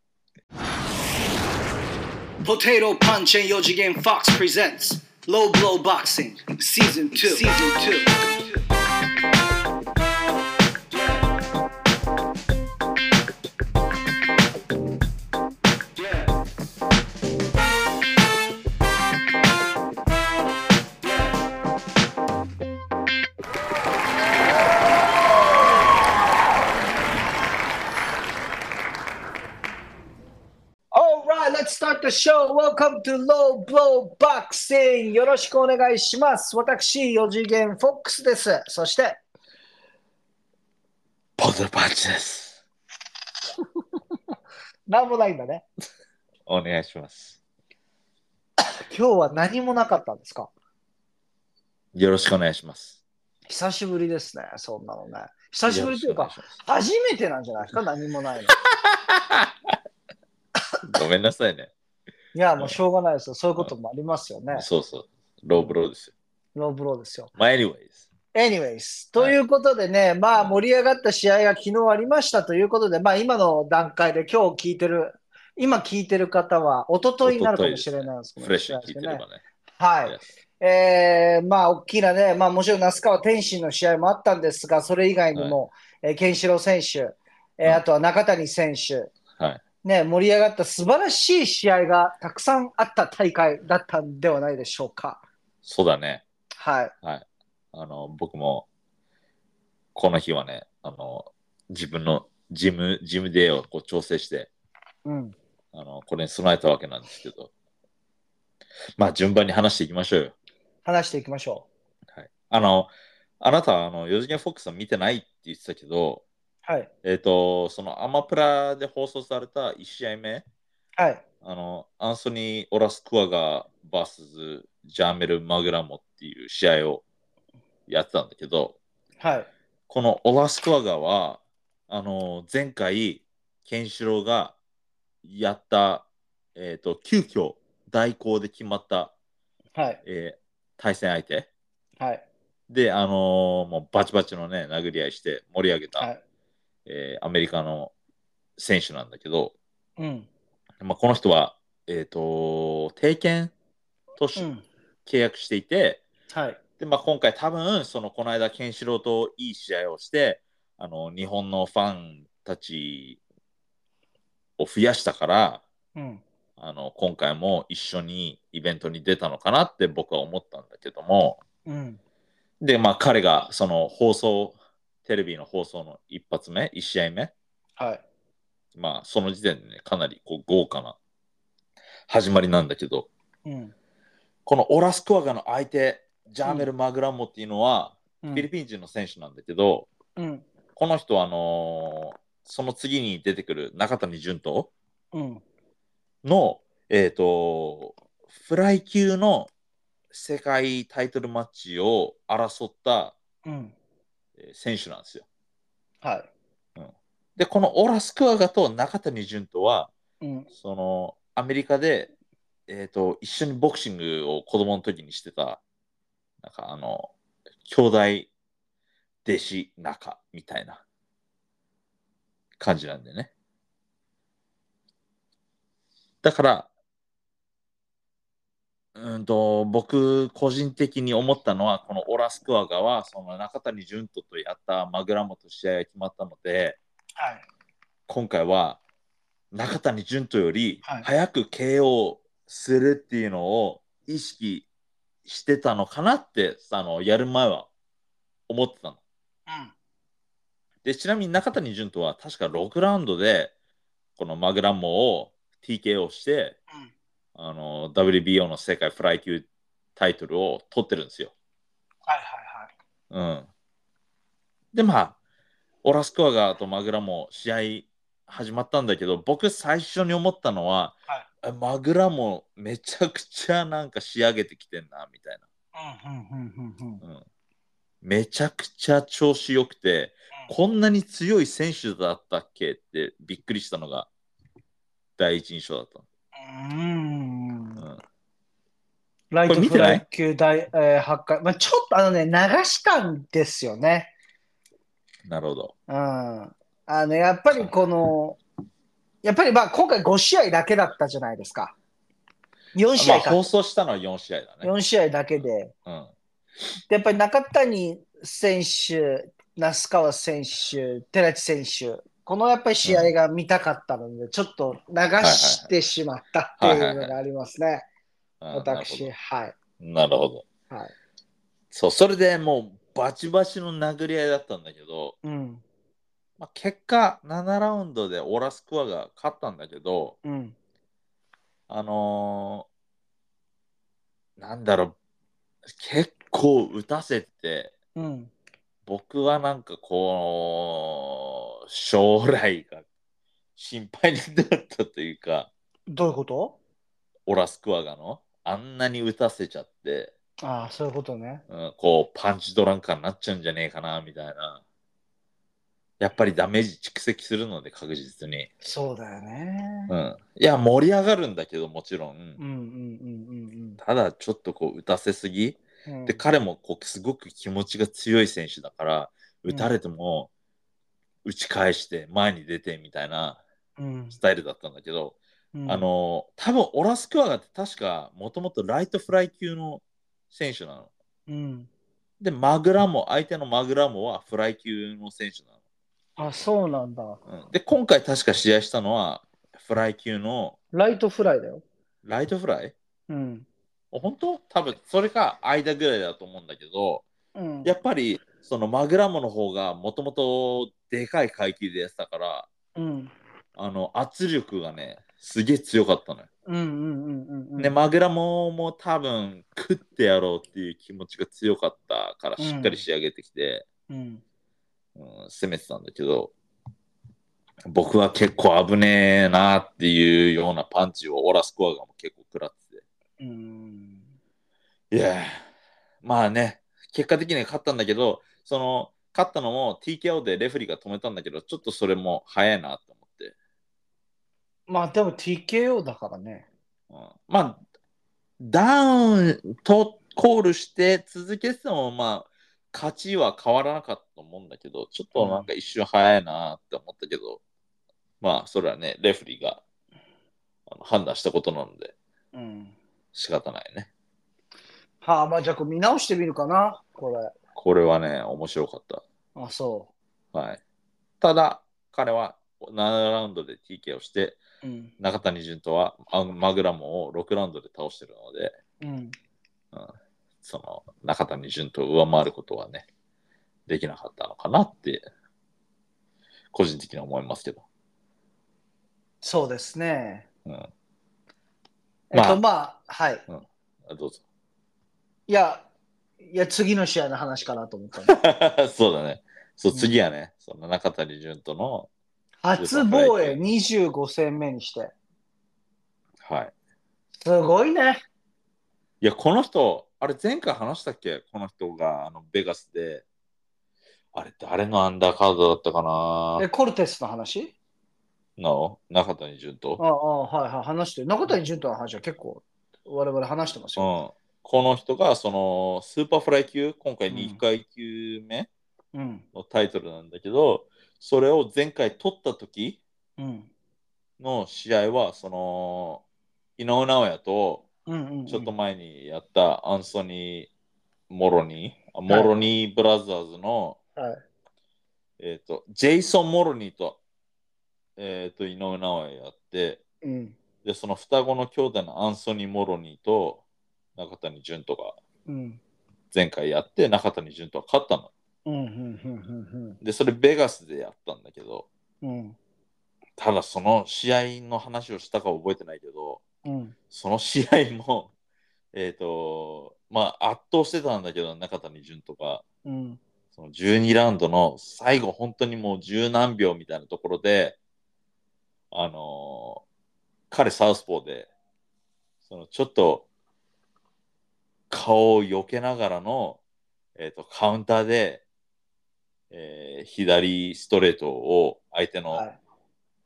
う。Potato Punch and 4次元 Fox presents Low Blow Boxing Season 2. Alright, let's start the show. Welcome to Low Blow Boxing. よろしくお願いします。私、4次元 Fox です。そして、 ポテトパンチです。 なんもないんだね。 お願いします。 今日は何もなかったんですか？ よろしくお願いします。 久しぶりですね、そんなのね。久しぶりというか、 よろしくお願いし初めてなんじゃないですか、何もないの。 ごめんなさいね。 いや、もうしょうがないですよ。そういうこともありますよね。 そうそう。ローブローですよ。 ローブローですよ。 まあ、anyways。 Anyways、ということでね、まあ盛り上がった試合が昨日ありましたということで、まあ今の段階で今聞いてる方は一昨日になるかもしれないですけど、 フレッシュに聞いてればね。 はい。まあ大きなね、まあもちろん那須川天心の試合もあったんですが、それ以外にも、ケンシロウ選手、あとは中谷選手、ね、盛り上がった素晴らしい試合がたくさんあった大会だったんではないでしょうか。 そうだね。 はい。 僕もこの日はね、自分のジムデーをこう調整して、これに備えたわけなんですけど、まあ順番に話していきましょうよ。 話していきましょう。はい、あなたは4次元フォックスは見てないって言ってたけど、 はい。 そのアマプラで放送された1試合目、 はい。 アンソニー・オラスクワガ VS ジャーメル・マグラモっていう試合をやってたんだけど、 はい。 このオラスクワガは、前回、ケンシロウがやった、急遽代行で決まった、 はい。 対戦相手。 はい。 で、もうバチバチのね、殴り合いして盛り上げた、 はい。 アメリカの選手なんだけど、 うん。 まあ、この人は、定見とし、契約していて、 はい。 で、まあ、今回多分、この間、ケンシロウといい試合をして、日本のファンたちを増やしたから、今回も一緒にイベントに出たのかなって僕は思ったんだけども、で、まあ、彼がそのテレビの放送の一発目、一試合目、まあ、その時点でね、かなりこう豪華な始まりなんだけど、このオラスクワガの相手、ジャーメル・マグラモっていうのは、フィリピン人の選手なんだけど、この人はその次に出てくる中谷潤人の、フライ級の世界タイトルマッチを争った、選手なんですよ。 はい。 で、このオラスクワガと中谷潤人は、そのアメリカで、一緒にボクシングを子供の時にしてた、なんか兄弟弟子仲みたいな感じなんでね。だから、僕個人的に思ったのは、このオラスクワガは、その中谷潤人とやったマグラモと試合が決まったので、今回は中谷潤人より早く KO するっていうのを意識してたのかなって、やる前は思ってたの。で、ちなみに中谷潤人は確か6ラウンドで、このマグラモを TKO して、WBO の世界フライ級タイトルを取ってるんですよ。で、まあ、オラスクワガとマグラモ試合始まったんだけど、僕最初に思ったのは、マグラモめちゃくちゃなんか仕上げてきてんな、みたいな。めちゃくちゃ調子よくて、こんなに強い選手だったっけってびっくりしたのが第一印象だった。 ライこれトフライ見てない？ 級8回。まあ、ちょっと流したんですよね。 なるほど。 うん。やっぱりやっぱりまあ今回5試合だけだったじゃないですか。4試まあ、 合か。 放送したのは4試合だね。 4試合だけで。 うん。 でやっぱり中谷選手、那須川選手、寺地選手、このやっぱりうん。はい試合が見たかったので、ちょっと流はいはい。 してしまったってはいはいはい。 いうのがありますね。私、 なるほど。 はい。 なるほど。 はい。 そう、それでもうバチバチの殴り合いだったんだけど、 うん。 まあ、結果7ラウンドでオラスクワが勝ったんだけど、 うん。 あのなんだろう、結構打たせて、 うん。 僕はなんかこう、将来が心配になったというか、 どういうこと？ オラスクワガのあんなに打たせちゃって、 ああ、そういうことね。 こうパンチドランカーになっちゃうんじゃねえかなみたいな。やっぱりダメージ蓄積するので確実に。 そうだよね。 いや、盛り上がるんだけどもちろん。 うんうんただちょっとこう打たせすぎ。で、 うんうん。 彼もこうすごく気持ちが強い選手だから、 うん。 打たれても打ち返して前に出てみたいなうん。 スタイルだったんだけど、 うん。 多分オラスクワガって確かもともとライトフライ級の選手なの。 うん。 で、マグラモ、相手のマグラモはフライ級の選手なあ、そうなんだ。 の。で、今回確か試合したのはフライ級のライトフライだよ。 ライトフライ。 うん。 本当多分それか間ぐらいだと思うんだけど、 うん。 やっぱりそのマグラモの方がもともとでかい階級でやってたから、 うん。 圧力がね、すげえ強かったのよ。 うんうんうんうんうね、 ん。 マグラモも多分食ってやろうっていう気持ちが強かったからしっかりうん。 仕上げてきて、 うん。 攻めてたんだけど、僕は結構危ねえなっていうようなパンチをオラスコアがも結構食らってうん。 て。いやまあね、結果的には勝ったんだけど、勝ったのも TKO でレフェリーが止めたんだけど、ちょっとそれも早いなと思って。 まあでも TKO だからね。 まあ、ダウンとコールして続けてても、まあ、勝ちは変わらなかったと思うんだけど、ちょっとなんうん。 か一瞬早いなって思ったけど、まあ、それはね、レフェリーが判断したことなので、 うん。 仕方ないね。 はあ、まあじゃあこれ見直してみるかな、これ。 これはね、面白かっあ、そた。はい。ただ、彼は7ラウンドで TK をして、 う。うん。 中谷潤人はマグラムを6ラウンドで倒してるので、 うん。 うん、中谷潤人を上回ることはね、できなかったのかなって、個人的には思いますけど。 そうですね。 うん、ままあ、はい。 あ、どうぞ。 いや、いや、次の試合の話かなと思ったんで。 そうだね。そう、 うん。 次はね、その中谷潤人のスーパーフライ初防衛級。 25戦目にして。 はい。 すごいね。 いや、この人、あれ前回話したっけ？この人がベガスで、あれ誰のアンダーカードだったかなコルテスの話？ の中谷潤人。 ああ、はいはい、話してる。中谷潤との話は結構我々話してますよ。 うん。この人が、スーパーフライ級、今回うん。 2階級目うん。 のタイトルなんだけど、それを前回取った時うん。 の試合は、井上尚弥と、 うんうんちょっとうん。 前にやったアンソニー・モはい。 ロニーブラザーズの、 はい。 ジェイソン・モロニーと、井上尚弥やって、 うん。 で、その双子の兄弟のアンソニー・モロニーと中谷潤人がうん。 前回やって、中谷潤人は勝ったの。 うん。うん。うん。 で、それベガスでやったんだけど、 うん。 ただその試合の話をしたか覚えてないけど、 うん。 その試合も、まあ圧倒してたんだけど、中谷潤とか、 うん。 その12ラウンドの最後、本当にもう十何秒みたいなところで、あのー彼サウスポーで、ちょっと顔を避けながらの、カウンターで、左ストレートを相手のはい。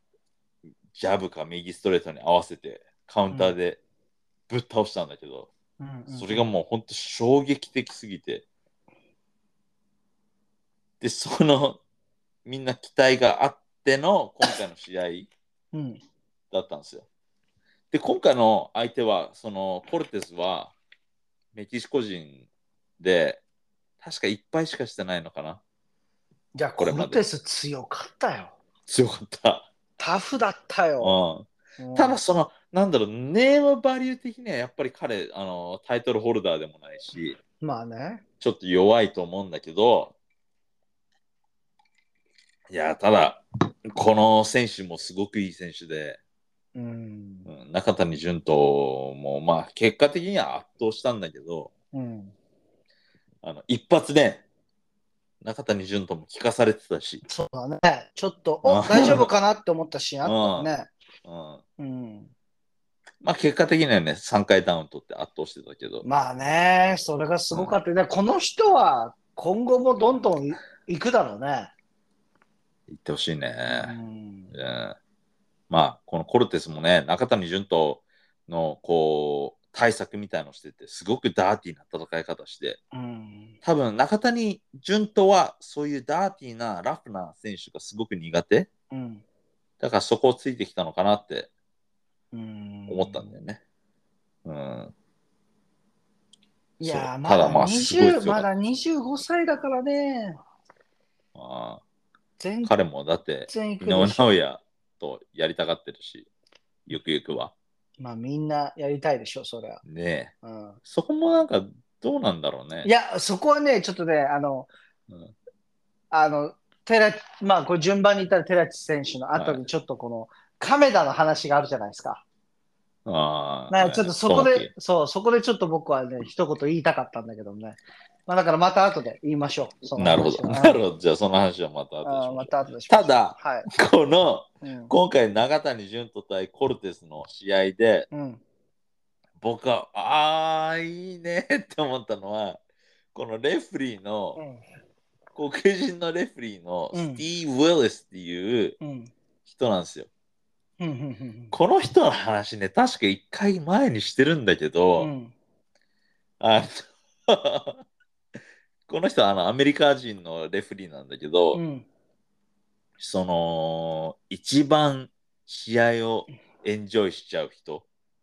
ジャブか右ストレートに合わせてカウンうん。 ターでぶっ倒したんだけど、 それがもう本当衝撃的すぎて。で、みんな期待があっての今回の試合だったんですよ。で、今回の相手は、コルテスはメキシコ人で、確か1敗しかしてないのかな。 じゃあ、コルテス強かったよ。 強かった。 タフだったよ。 ただ、なんだろう、ネームバリュー的にはやっぱり彼、タイトルホルダーでもないし、 まあね。 ちょっと弱いと思うんだけど、いや、ただ、この選手もすごくいい選手で、中谷潤人も、まあ、結果的には圧倒したんだけど、一発で、中谷潤人も聞かされてたし。 そうだね。ちょっと、大丈夫かなって思ったシーンあったよね。 まあ、結果的にはね、3回ダウン取って圧倒してたけど。 まあね、それがすごかった。この人は今後もどんどん行くだろうね。 行ってほしいね。まあ、このコルテスもね、中谷潤人の対策みたいのしてて、すごくダーティーな戦い方して、多分中谷潤人はそういうダーティーなラフな選手がすごく苦手。だからそこをついてきたのかなって思ったんだよね。 いやまだまあまだ25歳だからね。 彼もだって、井上尚弥とやりたがってるし、ゆくゆくは。 まあみんなやりたいでしょ、それは。 ねえ。そこもなんかどうなんだろうね。 いや、そこはね、ちょっとね、まあ、これ順番に言ったら寺地選手の後にちょっと亀田の話があるじゃないですか。ちょっとそこでちょっと僕はね、一言言いたかったんだけどね。まあだからまた後で言いましょう。なるほど。じゃあその話はまた後でしましょう。ただ、今回長谷潤人対コルテスの試合で、僕は、いいねって思ったのは、このレフリーの、黒人のレフリーのスティーブ・ウィリスっていう人なんですよ。この人の話ね、確か1回前にしてるんだけど、この人はアメリカ人のレフリーなんだけど、一番試合をエンジョイしちゃう人。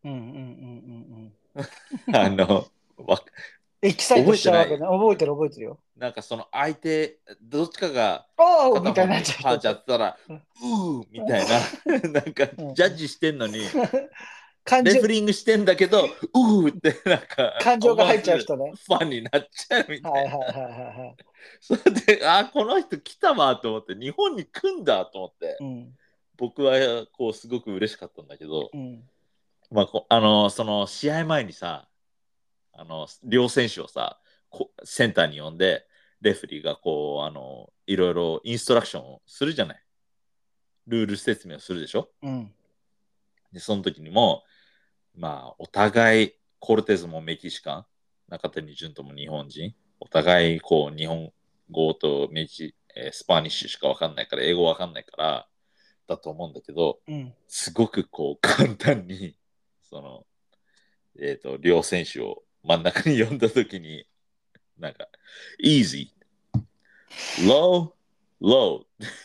エキサイトしちゃうわけね。覚えてるよ。 なんか相手、どっちかが片方にパンチやってたら、みたいな、なんかジャッジしてんのに、レフリングしてんだけど、ってなんか、 感情が入っちゃう人ね。 ファンになっちゃうみたいな。それで、この人来たわと思って、日本に来んだと思って、僕はすごく嬉しかったんだけど、まあ、その試合前にさ、両選手をさ、センターに呼んで、レフェリーがいろいろインストラクションをするじゃない。ルール説明をするでしょ。で、その時にも、まあ、お互い、コルテズもメキシカン、中谷潤人も日本人、お互い、日本語とスパニッシュしかわかんないから、英語わかんないから、だと思うんだけど、すごく簡単に、両選手を真ん中に呼んだときに、なんか、easy, low, low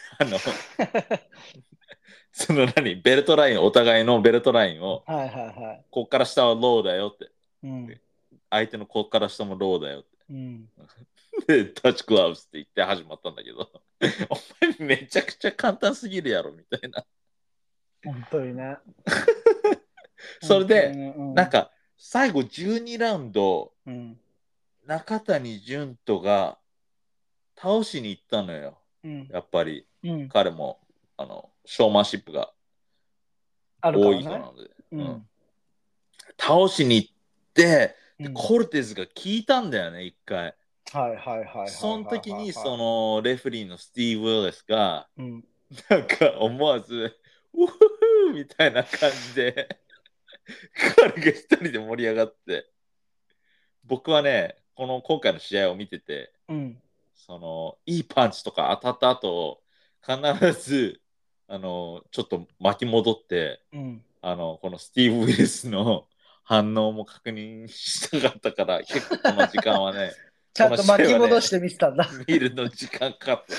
ベルトライン、お互いのベルトラインを、こっから下は low だよって。相手のこっから下も low だよって。で、タッチクラブスって言って始まったんだけど、お前めちゃくちゃ簡単すぎるやろ、みたいな。 本当にね。 それで、なんか、最後12ラウンド、中谷潤人が倒しに行ったのよ。やっぱり、彼もショーマンシップが多い人なので、倒しに行って、コルテズが聞いたんだよね、一回。その時にレフェリーのスティーブ・ウィリスが、なんか思わずウフフみたいな感じで彼が一人で盛り上がって、僕はね、今回の試合を見てて、いいパンチとか当たった後、必ずちょっと巻き戻って、このスティーブ・ウィリスの反応も確認したかったから、結構この時間はね、 ちゃんと巻き戻して見てたんだ。 見るの時間かかった。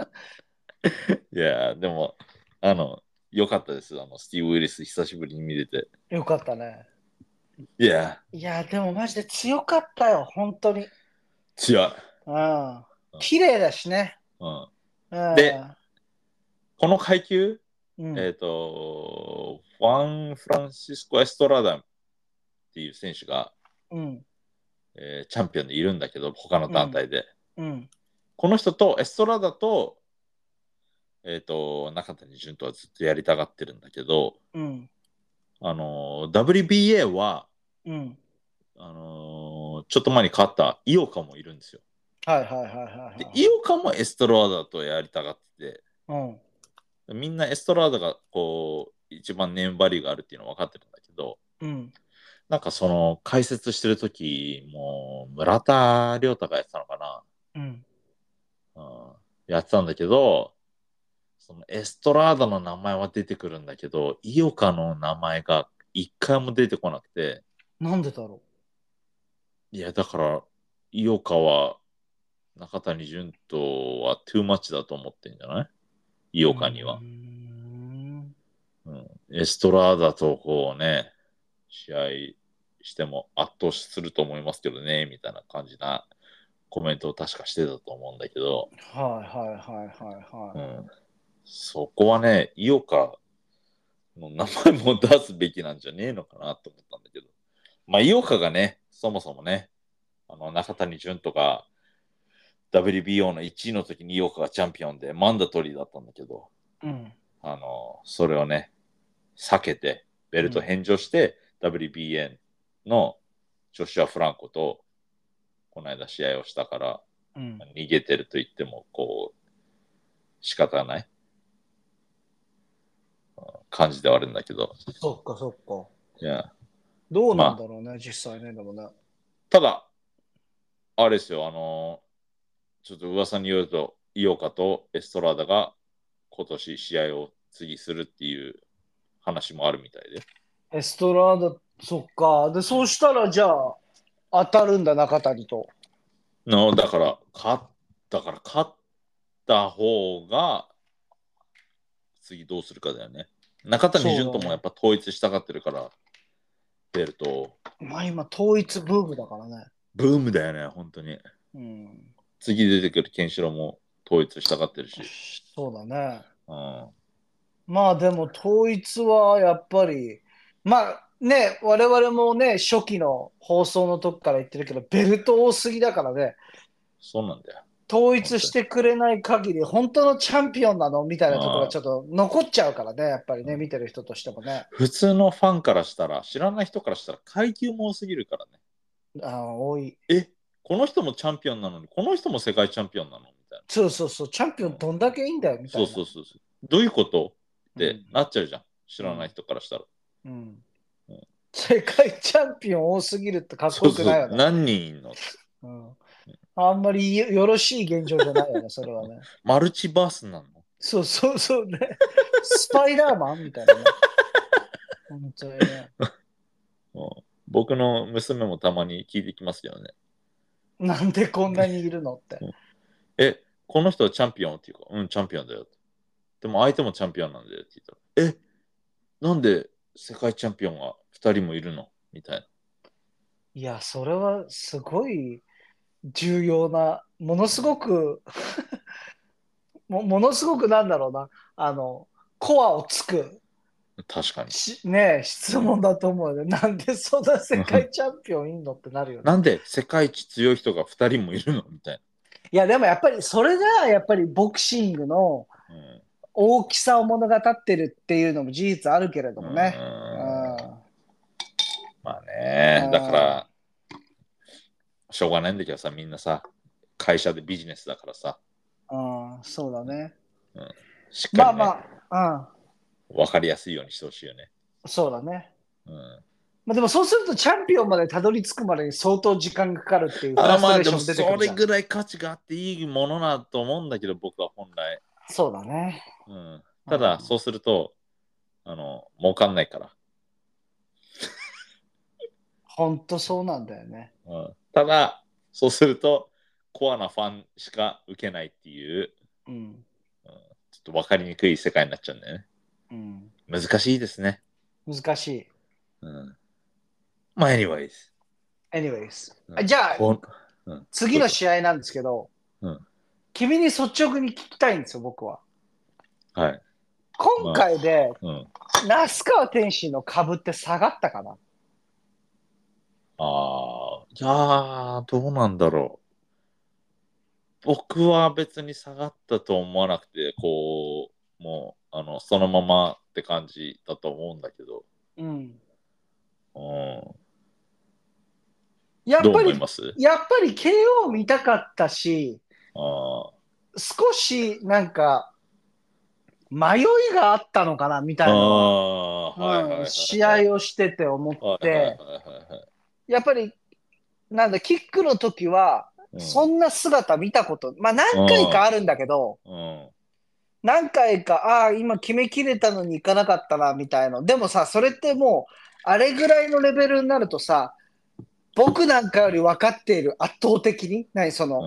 いや、でも、良かったです。スティーブ・ウィリス久しぶりに見れて。 よかったね。 いや、 いや、でもマジで強かったよ、本当に。 強い。 うん。綺麗だしね。 うん。 うん。 で、この階級、 うん、 ファン・フランシスコ・エストラダっていう選手が、 うん、 チャンピオンでいるんだけど、他のうん、 団体で。 うん、 この人とエストラダと、中谷潤とはずっとやりたがってるんだけど、 うん、 WBA は、 うん。 ちょっと前に勝った井岡もいるんですよ。 はいはいはいはいで、 はい。 井岡もエストラダとやりたがってうん、 て、みんなエストラダがこう、一番ネームバリューがあるっていうのは分かってるんだけど、 うん、 なんかその解説してる時も村田亮太がやってたのかうん。 な、やってたんだけど、そのエストラーダの名前は出てくるんだけど、井岡の名前が一回も出てこなくて、 なんでだろいや、だから、井岡は中谷潤とはトゥーマッチだと思ってんじゃない井う。 岡には。 ん。 うん、エストラーダとこうね、試合しても圧倒すると思いますけどね、みたいな感じなコメントを確かしてたと思うんだけど、 はいはいはいはいはい。 うん、そこはね、井岡の名前も出すべきなんじゃねえのかなと思ったんだけど、まあ、井岡がね、そもそもね、中谷潤とか WBO の1位の時に井岡がチャンピオンでマンダトリーだったんだけど、 うん、 それをね、避けて、ベルトうん、 返上して、WBA のジョシュア・フランコと、この間試合をしたから、 うん。 逃げてると言っても、こう、仕方がない感じではあるんだけど、 そっかそっか。 いや、 どうなんまあ、 だろうね、実際ね、でもね。 ただ、あれですよ、ちょっと噂によると、井岡とエストラーダが今年試合を次するっていう話もあるみたいで。 エストラーダ、そっか。で、そうしたらじゃあ、当たるんだ、中谷と。 だから、勝った方が、次どうするかだよね。中谷潤ともやっそうだね。 ぱ統一したがってるから、ベルトを。 まあ今、統一ブームだからね。 ブームだよね、本当に。 うん。 次出てくるケンシロウも統一したがってるし。 そうだね。 うん。 まあでも統一はやっぱり、まあね、我々もね、初期の放送の時から言ってるけど、ベルト多すぎだからね、 そうなんだよ。 統本当に。 一してくれない限り、本当のチャンピオンなのみたいなところがちょっあと残っちゃうからね、やっぱりね、 うん、 見てる人としてもね。 普通のファンからしたら、知らない人からしたら階級も多すぎるからね。 多い。 え、この人もチャンピオンなのに、この人も世界チャンピオンなのみたいそうそうそう、チャンピオな。 ンどんだけいいんだよ、みたそういな。 そうそうそう。どういうことってうん。 なっちゃうじゃん。知らないうん。 人からしたら。 うん。 うん、 世界チャンピオン多すぎるってかっこそうそう。 よくないよね。 何人いんのって。 うん。あんまりよろしい現状じゃないよね、それはね。 マルチバースなの？ そうそうそうね。スパイダーマンみたいなね。本当にね。 僕の娘もたまに聞いてきますよね。 なんでこんなにいるのって。 この人はチャンピオンっていうか、うん、チャンピオンだよ。でも相手もチャンピオンなんだよって言ったら、なんで世界チャンピオンが2人もいるのみたいな。 いや、それはすごい重要な、ものすごくものすごくなんだろうな、コアをつく確かに。 ね、質問だと思うよね。なんでそんな世界チャンピオンいんのってなるよね。 なんで世界一強い人が2人もいるのみたいいや、でもやっぱりそれがやっぱりボクシングのな。 大きさを物語ってるっていうのも事実あるけれどもね。うん。 まあうね、だかん。 ら、しょうがないんだけどさ、みんなさ、会社でビジネスだからさ、 うん、そうだね。 うん、しっかまありね、 まわかりやすいようにしてほしいよね。 うん、そうだね。 うん、 まあでもそうするとチャンピオンまでたどり着くまでに相当時間がかかるっていうフラスまあでもトレーションも出てくるじゃん。 それぐらい価値があっていいものだと思うんだけど、僕は本来。 そうだね。 うん、 うん、 ただ、そうすると、儲かんないから。 ほんとそうなんだよね。 うん、ただ、そうすると、コアなファンしか受けないっていう、 うん。 ちょっと分かりにくい世界になっちゃうんだよね。 うん。 難しいですね。 難しい。 うん、まあ、anyways。 anyways。 うん、 じゃあ、 うん、 次のどうぞ。 試合なんですけど、 うん、 君に率直に聞きたいんですよ、僕は。 はい。 今ま回で、 あ、うん。 那須川天心の株って下がったかな？ ああ、いやー、どうなんだろう。僕は別に下がったと思わなくて、こう、もう、そのままって感じだと思うんだけど、 うん。 うん、どうやっぱり、 思います？ やっぱり KO 見たかったし、 あ少しなんか迷いがあったのかなみあ、あたいのは、 あ、はいはいはい試はい。 合をしてて思っはいはいて、 はいはいはい。 やっぱり、なんだ、キックの時は、 うん。 そんな姿見たこと、まあ何回かあるんだけど、 うん。 何回か、ああ、今決めきれたのに行かなかったな、みたいな。でもさ、それってもう、あれぐらいのレベルになるとさ、僕なんかより分かっている、圧倒的に、何その、 うん。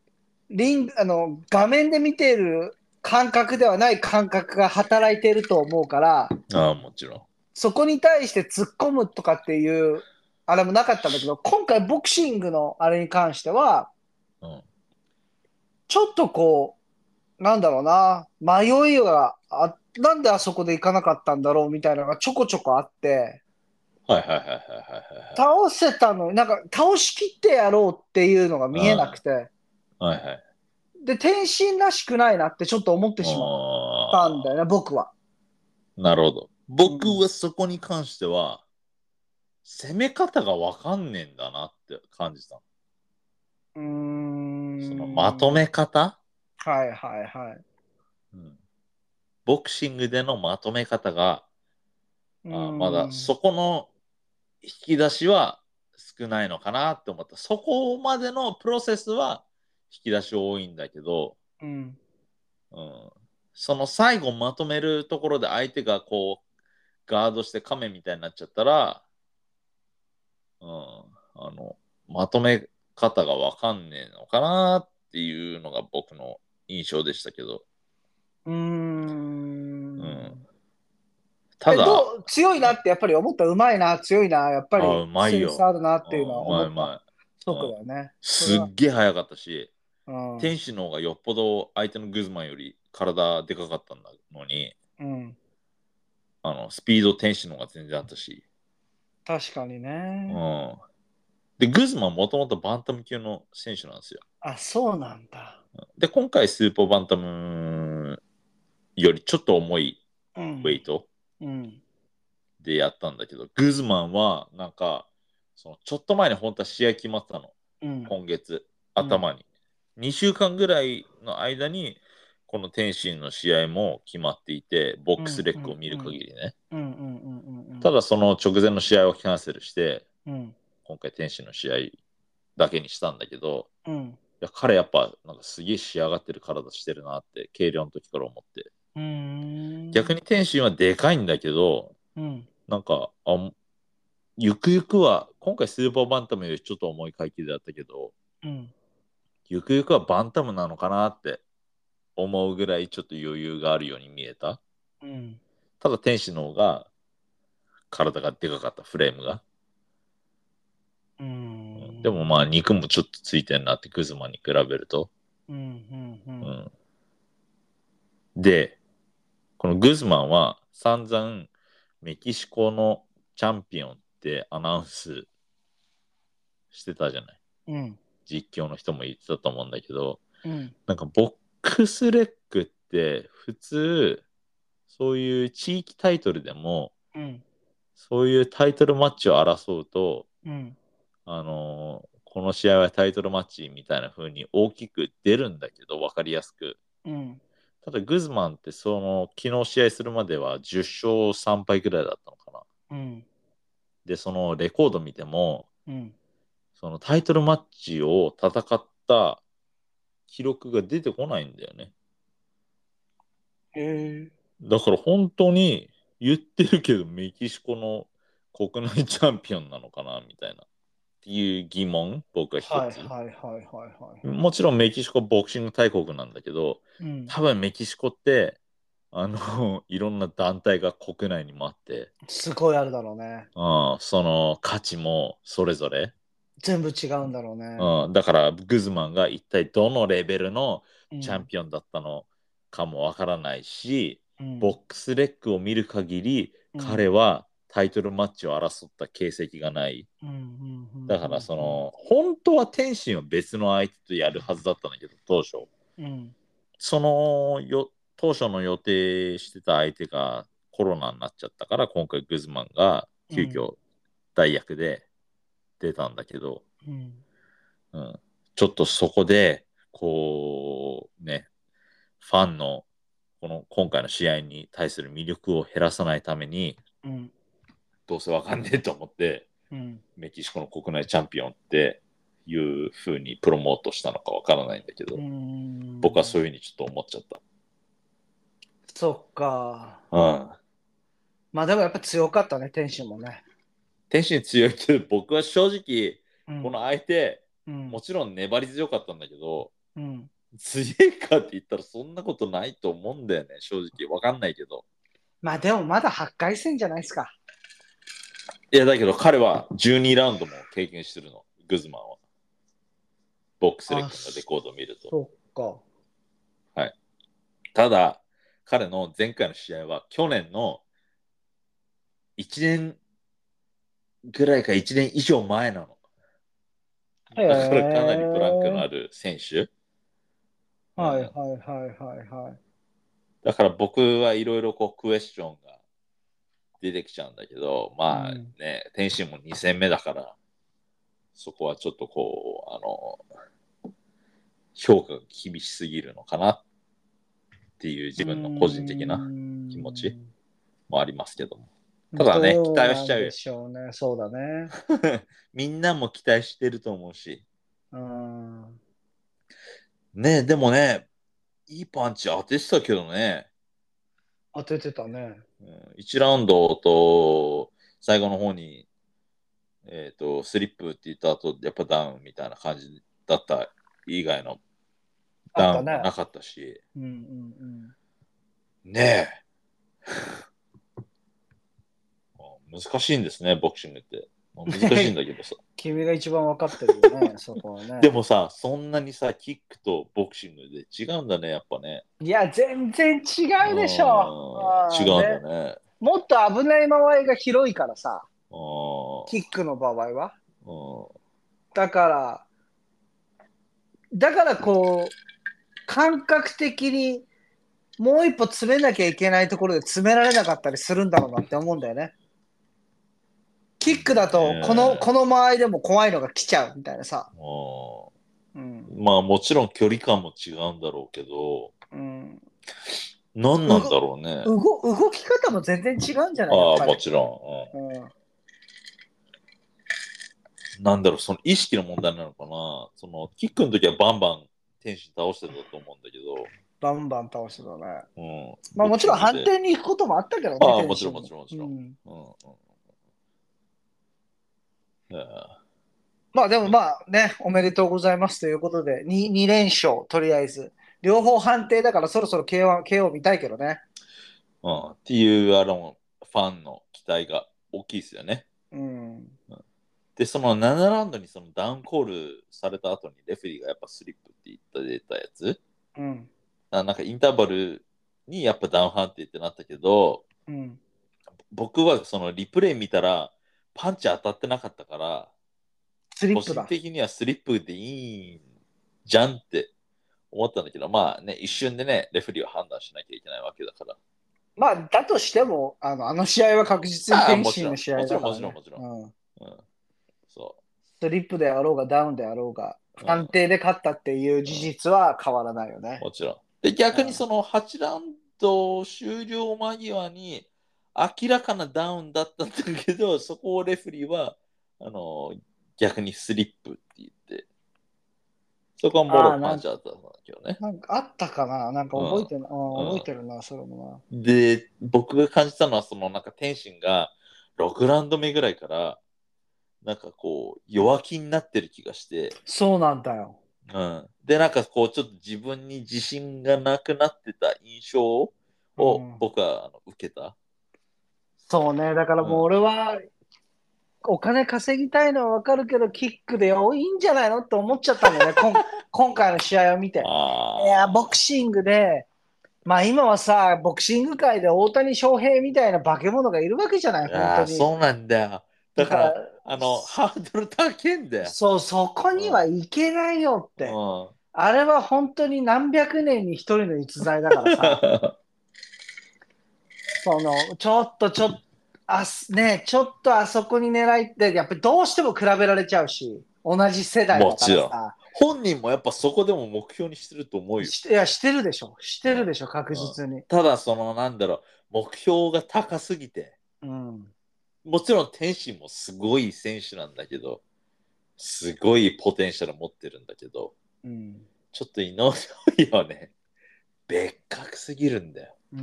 画面で見ている感覚ではない感覚が働いていると思うから、 ああ、もちろそこに対して突っ込むとかっていう、あれもなかったんだけど、今回ボクシングのあれに関しては、 ん。うん。 ちょっとこう、なんだろうな、迷いがなんであそこで行かなかったんだろうみたいなのがちょこちょこあって、 はいはいはいはいはいはい倒せたのに、なんか倒しきってやろうっていうのが見えなくはい。 て、 うん。はいはい。 で、天心らしくないなってちょっと思ってしまったんだよね、 あ僕は。 あ、なるほど。 うん。 僕はそこに関しては、攻め方がわかんねえんだなって感じた。 うーそのまとん。 め方、 はいはいはい。 うん、ボクシングでのまとめ方が、 うーまだん。 そこの引き出しは少ないのかなって思った。そこまでのプロセスは引き出し多いんだけど、 うん。 うん、その最後まとめるところで相手がこうガードして亀みたいになっちゃったら、うん、まとめ方がわかんねえのかなっていうのが僕の印象でしたけど、 うーうん、 ん。 ただ、 強いなはい、 ってやっぱり思った、うまいな、強いな、やっぱりうまいよ。 センスあるなっていうのはうま思った。 いうまい。 そうだよね。それすっは、 げえ速かったし、 うん、 天使の方がよっぽど相手のグズマンより体でかかったのに、 うん。 スピード天使の方が全然あったし、 確かにね。 うん。で、グズマンもともとバンタム級の選手なんですよ。 あ、そうなんだ。 で、今回スーパーバンタムよりちょっと重いうん、 ウェイトうん、 でやったんだけど、グズマンはなんか、ちょっと前に本当は試合決まったの。 うん、 今月、 うん、 頭に。2週間ぐらいの間に、この天心の試合も決まっていて、ボックスうん、うん、 レックを見るうん、 限りね。 うん、うん、うん、うん、 ただその直前の試合をキャンセルして、 うん、 今回天心の試合だけにしたんだけど、 うん、 いや彼やっぱなんかすげえ仕上がってる体してるなって軽量の時から思って。 うーん、 逆に天心はでかいんだけど、 うん、 なんか、ゆくゆくは、今回スーパーバンタムよりちょっと重い階級だったけど、 うん、 ゆくゆくはバンタムなのかなって思うぐらいちょっと余裕があるように見えた。 うん、 ただ天使の方が体がでかかった、フレームが。 うでもまあん、 肉もちょっとついてんなって、グズマに比べると。 うん、うん、 うん、で、このグズマンは散々メキシコのチャンピオンってアナウンスしてたじゃない。 うん、 実況の人も言ってたと思うんだけど、 うん、 なんかボックスレッグって普通、そういう地域タイトルでも、 うん、 そういうタイトルマッチを争うと、 うん、 この試合はタイトルマッチみたいな風に大きく出るんだけど、わかりやすく。 うん、 ただ、グズマンって昨日試合するまでは10勝3敗ぐらいだったのかな。 うん、 で、そのレコード見ても、 うん、 そのタイトルマッチを戦った記録が出てこないんだよね。 へえ、 だから本当に言ってるけど、メキシコの国内チャンピオンなのかなみたいなっていう疑問、僕は一つ。もちろんメキシコボクシング大国なんだけど、多分メキシコっていろんな団体が国内にもあって、 すごいあるだろうね。 その価値もそれぞれ。 全部違うんだろうね。 だからグズマンが一体どのレベルのチャンピオンだったのかもわからないし、ボックスレッグを見る限り、彼はタイトルマッチを争った形跡がない。だから本当は天心は別の相手とやるはずだったんだけど、当初。当初の予定してた相手がコロナになっちゃったから、今回グズマンが急遽代役で出たんだけど、ちょっとそこで、こうね、ファンの今回の試合に対する魅力を減らさないために、どうせわかんねえと思って、メキシコの国内チャンピオンっていう風にプロモートしたのかわからないんだけど、僕はそういう風にちょっと思っちゃった。 そっか。まあでもやっぱ強かったね、天心もね。 天心強いけど、僕は正直、この相手、もちろん粘り強かったんだけど、強いかって言ったらそんなことないと思うんだよね、正直。わかんないけど。 まあでもまだ8回戦じゃないですか。 いや、だけど彼は12ラウンドも経験してるの、グズマンは。ボックスレックのレコードを見ると。 そっか。 はい。ただ、彼の前回の試合は去年の1年ぐらいか1年以上前なの。だからかなりブランクのある選手。だから僕はいろいろクエスチョンが出てきちゃうんだけど、まあね、天心も2戦目だから、そこはちょっと評価が厳しすぎるのかなっていう自分の個人的な気持ちもありますけども。ただね、期待はしちゃうよ。 でしょうね、そうだね。 みんなも期待してると思うし。ね、でもね、いいパンチ当ててたけどね。 当ててたね。 1ラウンドと最後の方に、スリップって言った後、やっぱダウンみたいな感じだった以外のダウンはなかったし。ねえ。難しいんですね、ボクシングって。難しいんだけどさ。 君が一番分かってるよね、そこはね。 でもさ、そんなにさ、キックとボクシングで違うんだね、やっぱね。 いや、全然違うでしょ。 違うんだね。 もっと危ない間合いが広いからさ、キックの場合は。だからこう、感覚的にもう一歩詰めなきゃいけないところで詰められなかったりするんだろうなって思うんだよね。キックだとこの間合いでも怖いのが来ちゃうみたいなさ。 まあもちろん距離感も違うんだろうけど、何なんだろうね。 動き方も全然違うんじゃないもちろん。なんだろう、その意識の問題なのかな。そのキックの時はバンバン天心倒してたと思うんだけど。 バンバン倒してたね。まあもちろん判定に行くこともあったけどね。 もちろん。 まあでもまあね、おめでとうございますということで、2連勝、とりあえず。両方判定だからそろそろ KO 見たいけどね。 っていうファンの期待が大きいですよね。で、その7ラウンドにそのダウンコールされた後にレフェリーがやっぱスリップって出たやつ。なんかインターバルにやっぱダウン判定ってなったけど、僕はそのリプレイ見たらパンチ当たってなかったから、個人的にはスリップでいいんじゃんって思ったんだけど、まあね、一瞬でね、レフェリーは判断しなきゃいけないわけだから。 まあ、だとしても、あの試合は確実に天心の試合だから、ね。 もちろん。 そう。スリップであろうがダウンであろうが、判定で勝ったっていう事実は変わらないよね。 もちろん。で、逆にその8ラウンド終了間際に、明らかなダウンだったんだけど、そこをレフェリーは、逆にスリップって言って、そこはもろパンチあったんだけどね。 なんかあったかな、なんか覚えてるな、それもな。 で、僕が感じたのは、そのなんか天心が 6ラウンド目ぐらいから、なんかこう、弱気になってる気がして、 そうなんだよ。 うん。で、なんかこう、ちょっと自分に自信がなくなってた印象をうん。 僕は受けた。 そうね。だからもううん。 俺は、お金稼ぎたいのはわかるけど、キックでいいんじゃないのって思っちゃったんだよね。今回の試合を見て。いや、ボクあシングで、まあ今はさ、ボクシング界で大谷翔平みたいな化け物がいるわけじゃない、本当に。 そうなんだよ。だから、 だから、 ハードル高いんだよ。 そう、そこにうん。 はいけないよって。 うん。 あれは本当に何百年に一人の逸材だからさ。ちょっとあそこに狙いって、やっぱりどうしても比べられちゃうし、同じ世代だかもちろん。 らさ、 本人もやっぱそこでも目標にしてると思うよ。 いや、してるでしょ。してうん。 るでしょ、確うん。 実に。 ただ、なんだろう、目標が高すぎて、 うん。 もちろん天心もすごい選手なんだけど、すごいポテンシャル持ってるんだけど、 うん。 ちょっと井上尚弥はね、別格すぎるんだよ。 うん。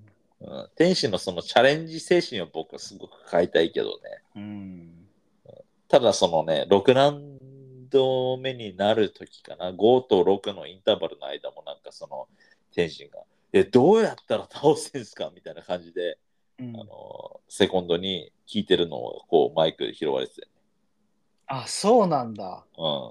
うん、天使のそのチャレンジ精神を僕はすごく変えたいけどね。 うん。 ただそのね、6ラウンド目になるときかな、5と6のインターバルの間もなんか天心が、どうやったら倒せんすかみたいな感じで、 うん。 セコンドに聞いてるのをこうマイクで拾われてて、 あ、そうなんだ。 うん、うん、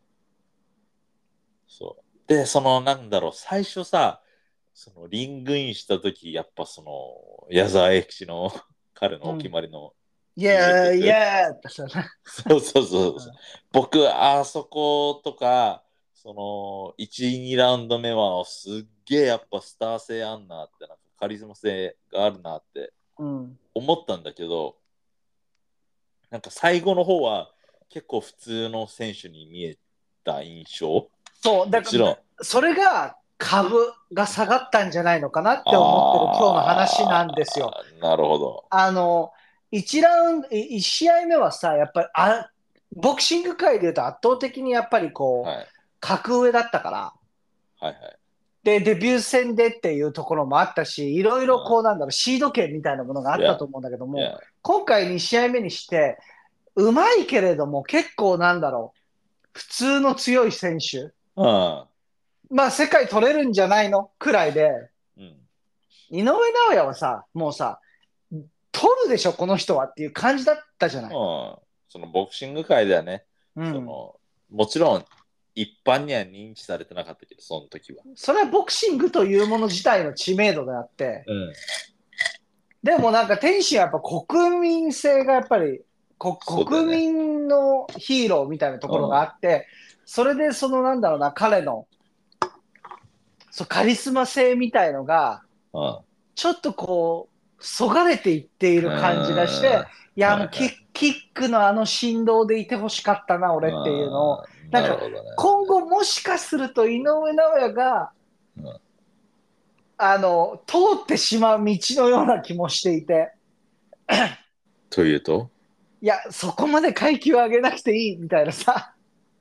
そう。で、なんだろう、最初さ、リングインしたとき、やっぱ矢沢永吉の彼のお決うん。 まりのいミュージやいック。 やってさ、 そうそうそうそう。 うん。 僕、あそことか、1、2ラウンド目は、すっげえやっぱスター性あんなって、なんかカリスマ性があるなってうん。 思ったんだけど、なんか最後の方は結構普通の選手に見えた印象。 そう、だから、 もちろん。 それが株が下がったんじゃないのかなって思ってる今日の話あなんですよ。 なるほど。 あの、1ラウンド、1試合目はさ、やっぱりボクシング界で言うと圧倒的にやっぱりこう、 はい。 格上だったから、 はいはい。 で、デビュー戦でっていうところもあったし、いろいろこうなんだろう、シード権みたいなものがあいや、 ったと思うんだけども、 いや、 今回2試合目にして、うまいけれども結構なんだろう、普通の強い選手、 うん。 まあ世界取れるんじゃないのくらいで、 うん。 井上尚弥はさ、もうさ、取るでしょ、この人はっていう感じだったじゃない。 うん。ボクシング界ではね、 うん。 もちろん一般には認知されてなかったけど、その時は。 それはボクシングというもの自体の知名度であって、 うん。 でもなんか天心はやっぱ国民性がやっぱり、国そうだよね。 民のヒーローみたいなところがあうん。 って、それでなんだろうな、彼のカリスマ性みたいのが、 うん。 ちょっとこう、そがれていっていうーん。 る感じがして、いや、もうはいはい。 キックのあの振動でいてほしかったな、俺っていうのを、なんか、 なるほどね。 今後もしかすると井上尚弥が、 うん。 通ってしまう道のような気もしていて、 というと、 いや、そこまで階級上げなくていいみたいなさ、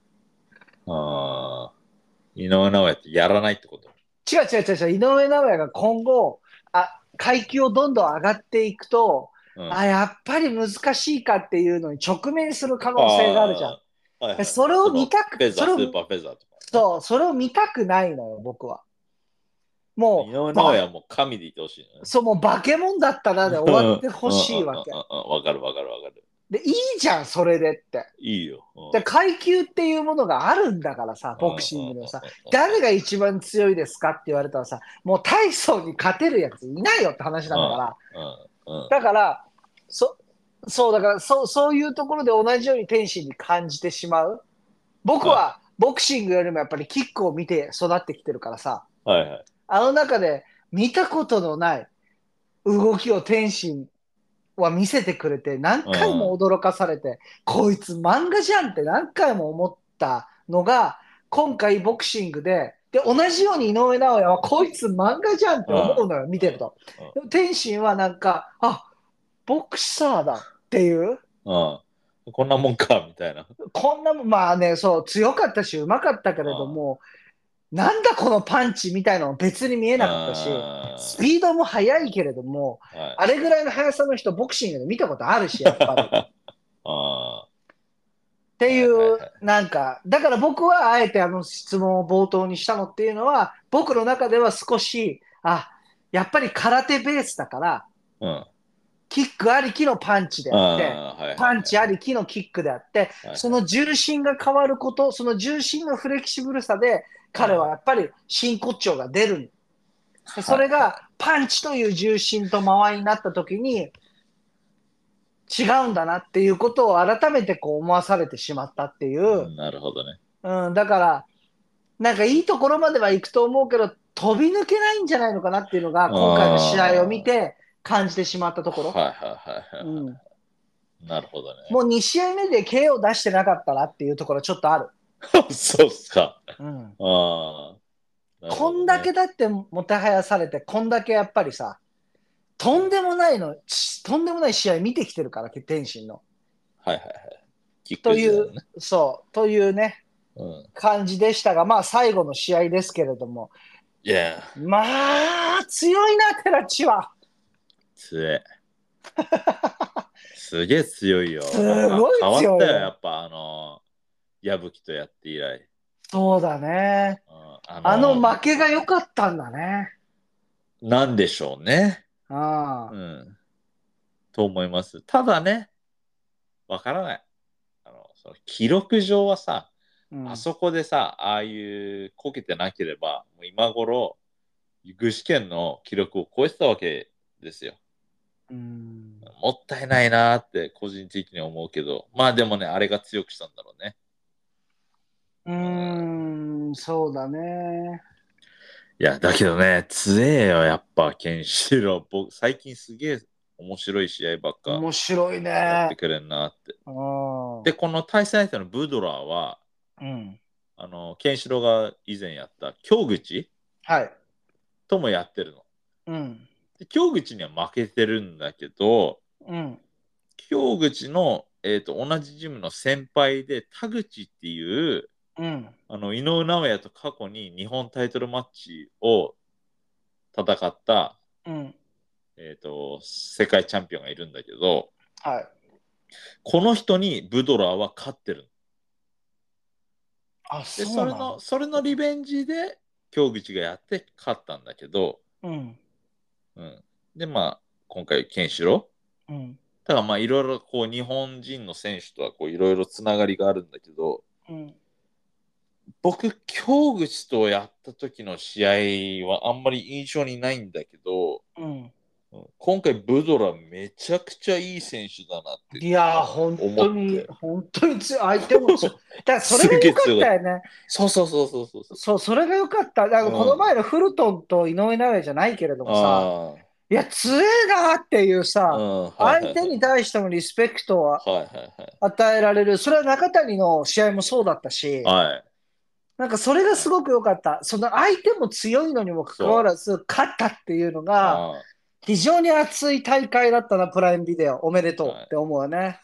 ああ、井上尚弥ってやらないってこと。 違う違う違う違う、井上尚弥が今後、階級をどんどん上がっていくと、 うん。 やっぱり難しいかっていうのに直面する可あ能性があるじゃん。 あ、はいはい。 それを見たく、 フェザー、スーパーフェザーとかね。 それを見たくないのよ、僕は。も井上う、 尚弥はもう神でいてほしいね。 もう化け物だったなでうん終わってほうんうんうんしいわけ。 わかるわかるわかる。 で、いいじゃん、それでって。 いいよ。 で、階級っていうものがあるんだからさ、 うんうんボクシングでもさ、 うん誰が一番強いですかって言われたらさ、もう体操に勝てるやついないよって話なんだから。 うんだから、だからそういうところで同じように天心に感じてしまう。僕はいはボクシングよりもやっぱりキックを見て育ってきてるからさ、 はいはい。 あの中で見たことのない動きを天心は見せてくれて、何回も驚かされて、こいつ漫画じゃんって何回も思ったのが、今回ボクシングで、同じように井上尚弥はこいつ漫画じゃんって思うのよ、見てると。でも天心はなんか、ボクサーだっていう、 こんなもんかみたいな。 こんなもん、まあね、そう、強かったし、うまかったけれども、 なんだこのパンチみたいなの別に見えなかったし、スピードも速いけれども、あれぐらいの速さの人、ボクシングで見たことあるし、やっぱり。っていう、なんか、だから僕はあえてあの質問を冒頭にしたのっていうのは、僕の中では少し、やっぱり空手ベースだから、キックありきのパンチであって、パンチありきのキックであって、その重心が変わること、その重心のフレキシブルさで、彼はやっぱり真骨頂が出る。それがパンチという重心と間合いになった時に、違うんだなっていうことを改めてこう思わされてしまったっていう。 なるほどね。 だから、なんかいいところまでは行くと思うけど、飛び抜けないんじゃないのかなっていうのが、今回の試合を見て感じてしまったところ。 なるほどね。 もう2試合目で KO 出してなかったらっていうところちょっとある。 そうっすか。 こんだけだってもてはやされて、こんだけやっぱりさ、とんでもない試合見てきてるから、天心の。というね、感じでしたが、まあ最後の試合ですけれども。まあ、強いな、寺地は。 強い。すげえ強いよ。 すごい強いよ。 変わったよ、やっぱ矢吹とやって以来。 そうだね。あの負けが良かったんだね。 なんでしょうね。と思います。ただね、わからない。その記録上はさ、あそこでさ、ああいうこけてなければ、もう今頃、具志堅の記録を超えてたわけですよ。もったいないなって個人的に思うけど、まあでもね、あれが強くしたんだろうね。 そうだね。 いや、だけどね、強えよ、やっぱ、ケンシロウ。僕、最近すげえ面白い試合ばっか面白いね。 やってくれんなって。で、この対戦相手のブドラーは、ケンシロウが以前やった京口ともやってるの。で京口には負けてるんだけど、京口の、同じジムの先輩で田口っていう、井上尚弥と過去に日本タイトルマッチを戦った、世界チャンピオンがいるんだけど、この人にブドラーは勝ってる。でそれのリベンジで京口がやって勝ったんだけど、でまあ今回ケンシロウ、ただまあいろいろこう日本人の選手とはこういろいろつながりがあるんだけど、僕京口とやった時の試合はあんまり印象にないんだけど、今回ブドラめちゃくちゃいい選手だなって。 いや本当に強い。相手も強い。だからそれが良かったよね。そう、それが良かった。だからこの前のフルトンと井上尚弥じゃないけれどもさ、いや、強えなっていうさ、相手に対してもリスペクトを与えられる。それは中谷の試合もそうだったし、なんかそれがすごく良かった。その相手も強いのにもかかわらず、勝ったっていうのが、非常に熱い大会だったな、プライムビデオ。おめでとうって思うよね。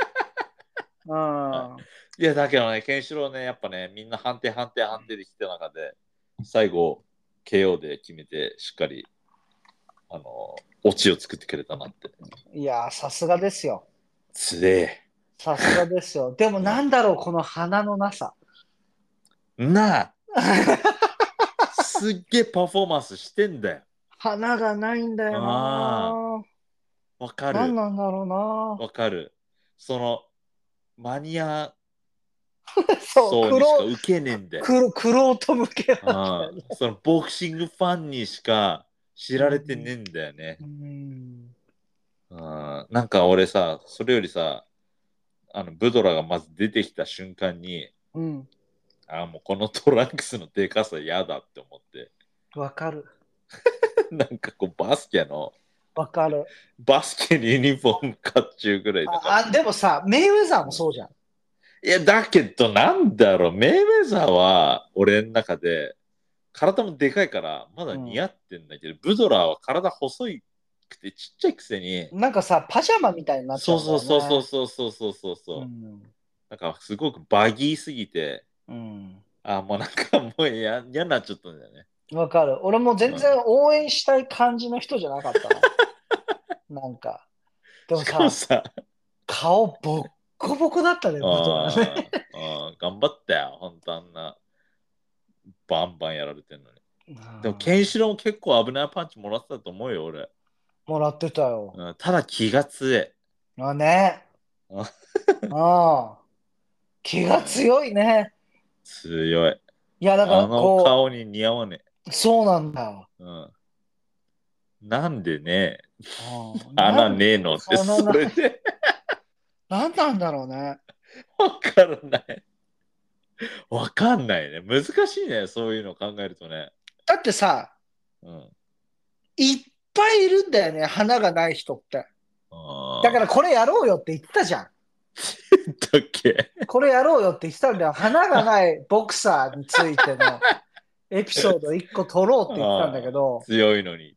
いや、だけどね、ケンシロウね、やっぱね、みんな判定できた中で、最後、KO で決めて、しっかり、オチを作ってくれたなって。 いや、さすがですよ。 つえ。 さすがですよ。でもなんだろう、この鼻のなさ。 なあ。すっげえパフォーマンスしてんだよ。 花がないんだよな。 わかる。 何なんだろうな。 わかる。その、マニアそうにしか受けねえんだよ。 クロート向けなんだよね。 そのボクシングファンにしか知られてねえんだよね。なんか俺さ、それよりさ、ブドラがまず出てきた瞬間に、もうこのトランクスのでかさ嫌だって思って。 わかる。 なんかこうバスケの、 わかる。 バスケにユニフォームかっちゅうぐらいだから。 でもさ、メイウェザーもそうじゃん。 いや、だけどなんだろう、メイウェザーは俺の中で、体もでかいからまだ似合ってんだけど、ブドラーは体細くてちっちゃいくせに。 なんかさ、パジャマみたいになっちゃうんだよね。 そう。なんかすごくバギーすぎて、 あ、もうなんかもう嫌になっちゃったんだよね。 わかる。俺も全然応援したい感じの人じゃなかったな。なんか。でもしかもさ、 さ、 顔ボッコボコだったね、バトラーね。 頑張ったよ、ほんとあんなバンバンやられてんのに。 うでも、 んケンシロウも結構危ないパンチもらってたと思うよ、俺。 もらってたよ。 ただ気が強い。 あ、ね。 うんああ。気が強いね。 強い。 いや、だから、 あのこ顔に似合わねう、そうなんだよ。 え。なんでね、 うん。 穴ねえのって、それでなんなんだろうね。 わからない。わかんないね。難しいね、そういうの考えるとね。 だってさ、 うん。 いっぱいいるんだよね、花がない人って。だからああ。 これやろうよって言ってたじゃん。 だっけ。 これやろうよって言ってたんだよ。花がないボクサーについてのエピソード1個取ろうって言ってたんだけああ、 ど、 強いのにって。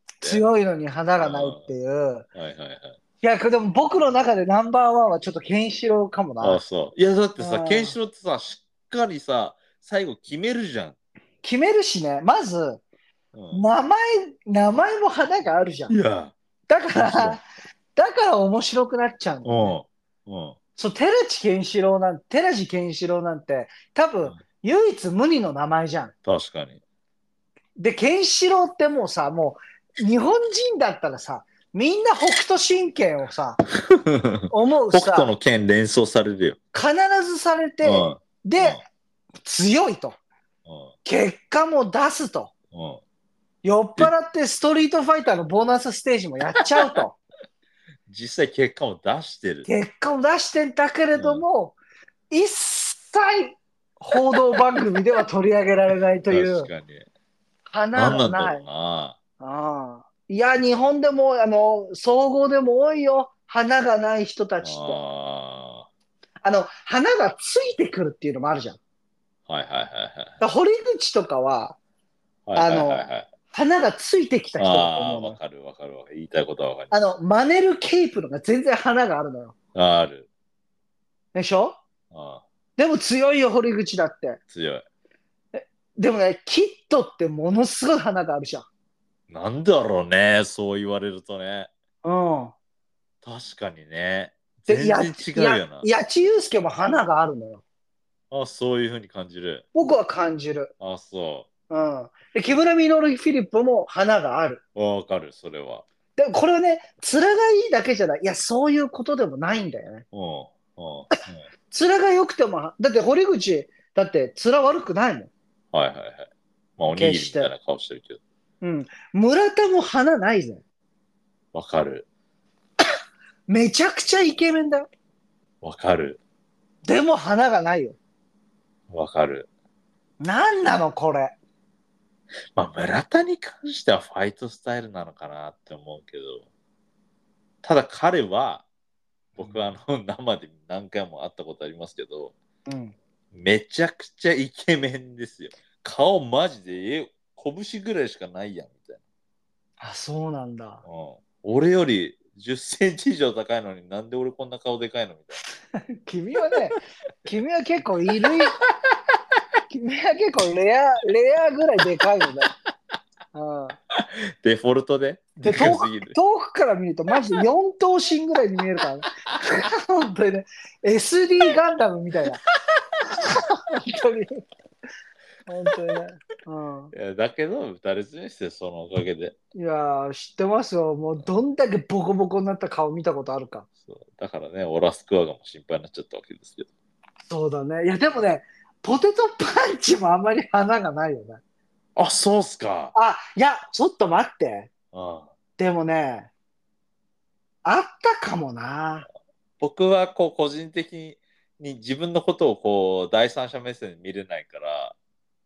強いのに花がないってあいう。 あ、はいはいはい。 いや、でも僕の中でナンバーワンはちょっとケンシロウかもああ、 な。 そう。いや、だってさ、ケンうん、 シロウってさ、しっかりさ、最後決めるじゃん。 決めるしね、まず、 うん。 名前、名前も花があるじゃん。 いや、 だから、 もちろん。 だから面白くなっちゃうんだよね。 うん。うん。 そう、寺地ケンシロウなんて、多分、 うん唯一無二の名前じゃん。 確かに。 で、ケンシロウってもうさ、もう、日本人だったらさ、みんな北斗神拳をさ、思う北斗さ、 の剣連想されるよ。 必ずされうん。 て、で、強いと。 うん。 結果も出すと。 うん。 酔っ払ってストリートファイターのボーナスステージもやっちゃうと。 実際結果も出してる。 結果を出してんだけれうん。 ども、一切報道番組では取り上げられないという、 確かに。 花何なんだろうがない。 な。 ああ。いや、日本でも、総合でも多いよ。花がない人たちって。 あ花がついてくるっていうのもあるじゃん。 あ。はいはいはいはい。 堀口とかは、 はいはいはいあの、 はい。 花がついてきた人だとああ、 思うのよ。 わかるわかるわかる。言いたいことはわかります。 マネル・ケイプのが全然花があるのよ。 ある。 でしょ？ ああ、 でも強いよ、堀口だって。 強い。 でもね、キッドってものすごい花があるじゃん。 なんだろうね、そう言われるとね。 うん。 確かにね。 で、 全然違うよな。 八千祐介も花があるのよ。 あ、そういうふうに感じる。 僕は感じる。 あ、そうん。で、木村稔フィリップも花がある。 う。わかる、それは。 でもこれはね、面がいいだけじゃない。いや、そういうことでもないんだよね。 うん、うん、うん。 面が良くても、だって堀口、だって面悪くないもん。 はいはいはい。まあ、おにぎり決して。 みたいな顔してるけど。 うん。村田も花ないぜ。 わかる。 めちゃくちゃイケメンだよ。 わかる。 でも花がないよ。 わかる。 なんなの、これ。 まあ、村田に関してはファイトスタイルなのかなって思うけど、ただ彼は、僕は生で何回も会ったことありますけど、 うん。 めちゃくちゃイケメンですよ。顔マジで、拳ぐらいしかないやん、みたいあ、そうなんだ。 な。俺より10センチ以上高いのになんで俺こんな顔でかいのみたい君はね、君は結構君は結構レアぐらいでかいのね。うん。 な。デフォルトででで、 かすぎる。 遠くから見るとマジで4頭身ぐらいに見えるからね。本当にね、SD ガンダムみたいな。本当に。本当にね。うん。 いやだけど、打たれずにしてそのおかげで。 いやー、知ってますよ。もうどんだけボコボコになった顔見たことあるか。 そうだからね、オラスクワガも心配になっちゃったわけですけど。 そうだね。いや、でもね、ポテトパンチもあんまり花がないよね。 あ、そうっすか。 あ、いや、ちょっと待って。 うんでもね、あったかもな。 僕はこう個人的に自分のことをこう第三者目線で見れないから、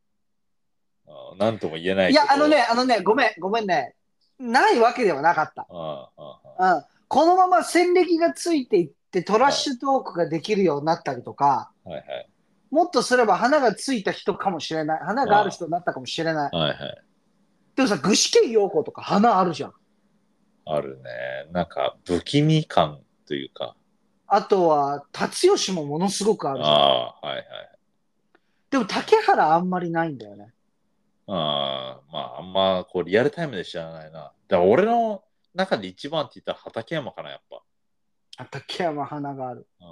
なんとも言えないいや、 けど、 ごめんね。ないわけではなかった。 ああうん。このまま戦歴がついていってトラッはいシュトークができるようになったりとか、 はいはい。 もっとすれば花がついた人かもしれない。花があるあ人になったかもしれない。 はいはい。 でもさ、具志堅用高とか花あるじゃん。 あるね。なんか不気味感というか、 あとは、辰吉もものすごくあるじゃん。 ああ、はいはい。 でも竹原あんまりないんだよね。 あまあ、あんまこうリアルタイムで知らないな。だから俺の中で一番って言ったら畠山かな、やっぱ。 あ、竹山花がある。 うん。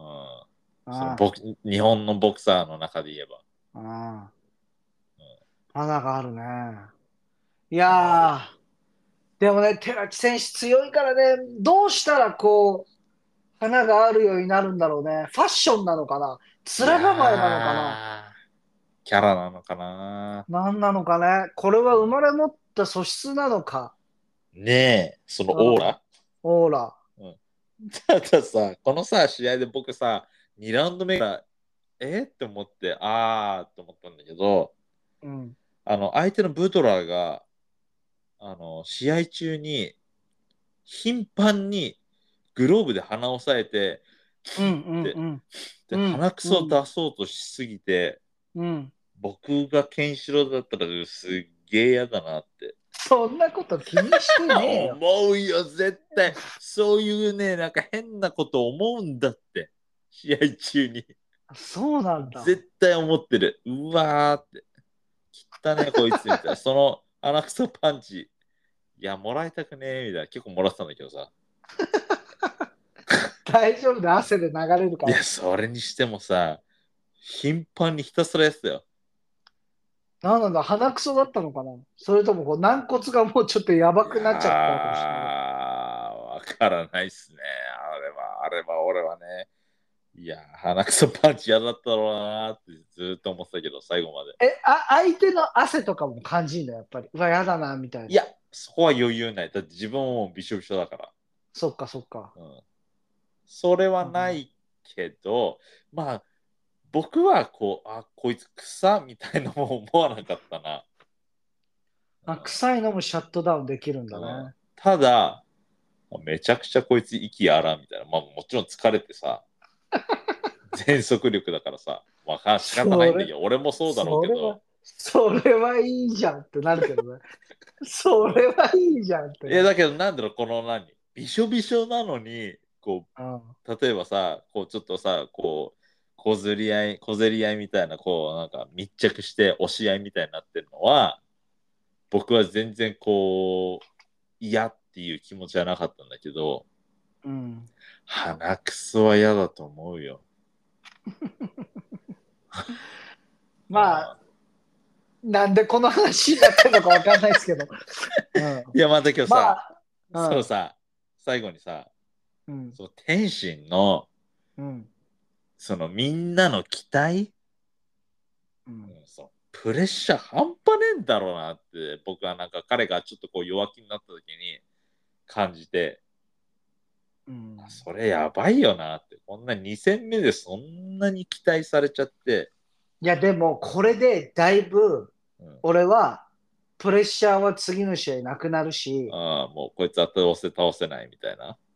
そのあ日本のボクサーの中で言えば。 あ、ああ、 うん、 花があるね。いやー、でもね、寺木選手強いからね、どうしたらこう、花があるようになるんだろうね。ファッションなのかな、 い面構えなのかな、 やー、キャラなのかな。 何なのかね。これは生まれ持った素質なのか。 ねえ、そのうん、 オーラ。 オーラ。 うん。たださ、このさ、試合で僕さ、2ラウンド目からって思って、って思ったんだけど、 うん、 相手のブトラーが、試合中に頻繁にグローブで鼻を押さえて、 うん、 キッて、 うん、 で、 うん、 鼻くうん、 そを出そうとしすぎて、 うん。 僕がケンシロウだったらすっげえ嫌だなって。 そんなこと気にしてねえよ。 思うよ、絶対。そういうね、なんか変なこと思うんだって。試合中に。 そうなんだ。 絶対思ってる。うわーって。汚ねえこいつみたいな。その鼻くそパンチ。いや、もらいたくねえみたいな。結構もらってたんだけどさ。 大丈夫で汗で流れるかいや、 ら。 それにしてもさ、頻繁にひたすらやってたよ。 なんなんだ、鼻くそだったのかな、それともこう軟骨がもうちょっとやばいやー、 くなっちゃったのかもしれないけど。 わからないっすね。あれは俺はね。いや、鼻くそパンチ嫌だったろうなーってずっと思ってたけど、最後まで。 相手の汗とかも感じんだ、やっぱり。うわ、やだな、みたいな。 いや、そこは余裕ない。だって自分もびしょびしょだから。 そっか、そっか。 うん。それはうん、 ないけど、まあ、僕はこう、こいつ草みたいなもん思わなかったな。 あ、臭いのもシャットダウンできるんだうん。 ね。 ただ、めちゃくちゃこいつ息荒みたいな。まあもちろん疲れてさ、全速力だからさ、仕方ないそれ、 んだけど、俺もそうだろうけど、 それはいいじゃんってなるけどね。それはいいじゃんってね。 だけどなんだろう、このびしょびしょなのに、こうん。 う、例えばさ、こうちょっとさ、こう、小競り合いみたいな、こう、なんか密着して押し合いみたいになってるのは、僕は全然こう、嫌っていう気持ちはなかったんだけど、 うん。 鼻くそは嫌だと思うよ。 まあ、 あなんでこの話になってるのかわかんないですけど。うん。 いや、まあだけどさ、 まあ、 そのさ、最後にさ、 うん。 その天心の、 うん。 そのみんなの期待、 うん。 そうプレッシャー半端ねえんだろうなって、僕はなんか彼がちょっとこう弱気になった時に感じて、 うん。 それやばいよなって、こんな2戦目でそんなに期待されちゃって、 いや、でも、これでだいぶ、 うん、 俺は、プレッシャーは次の試合なくなるし、 もうこいつ倒せないみたいな。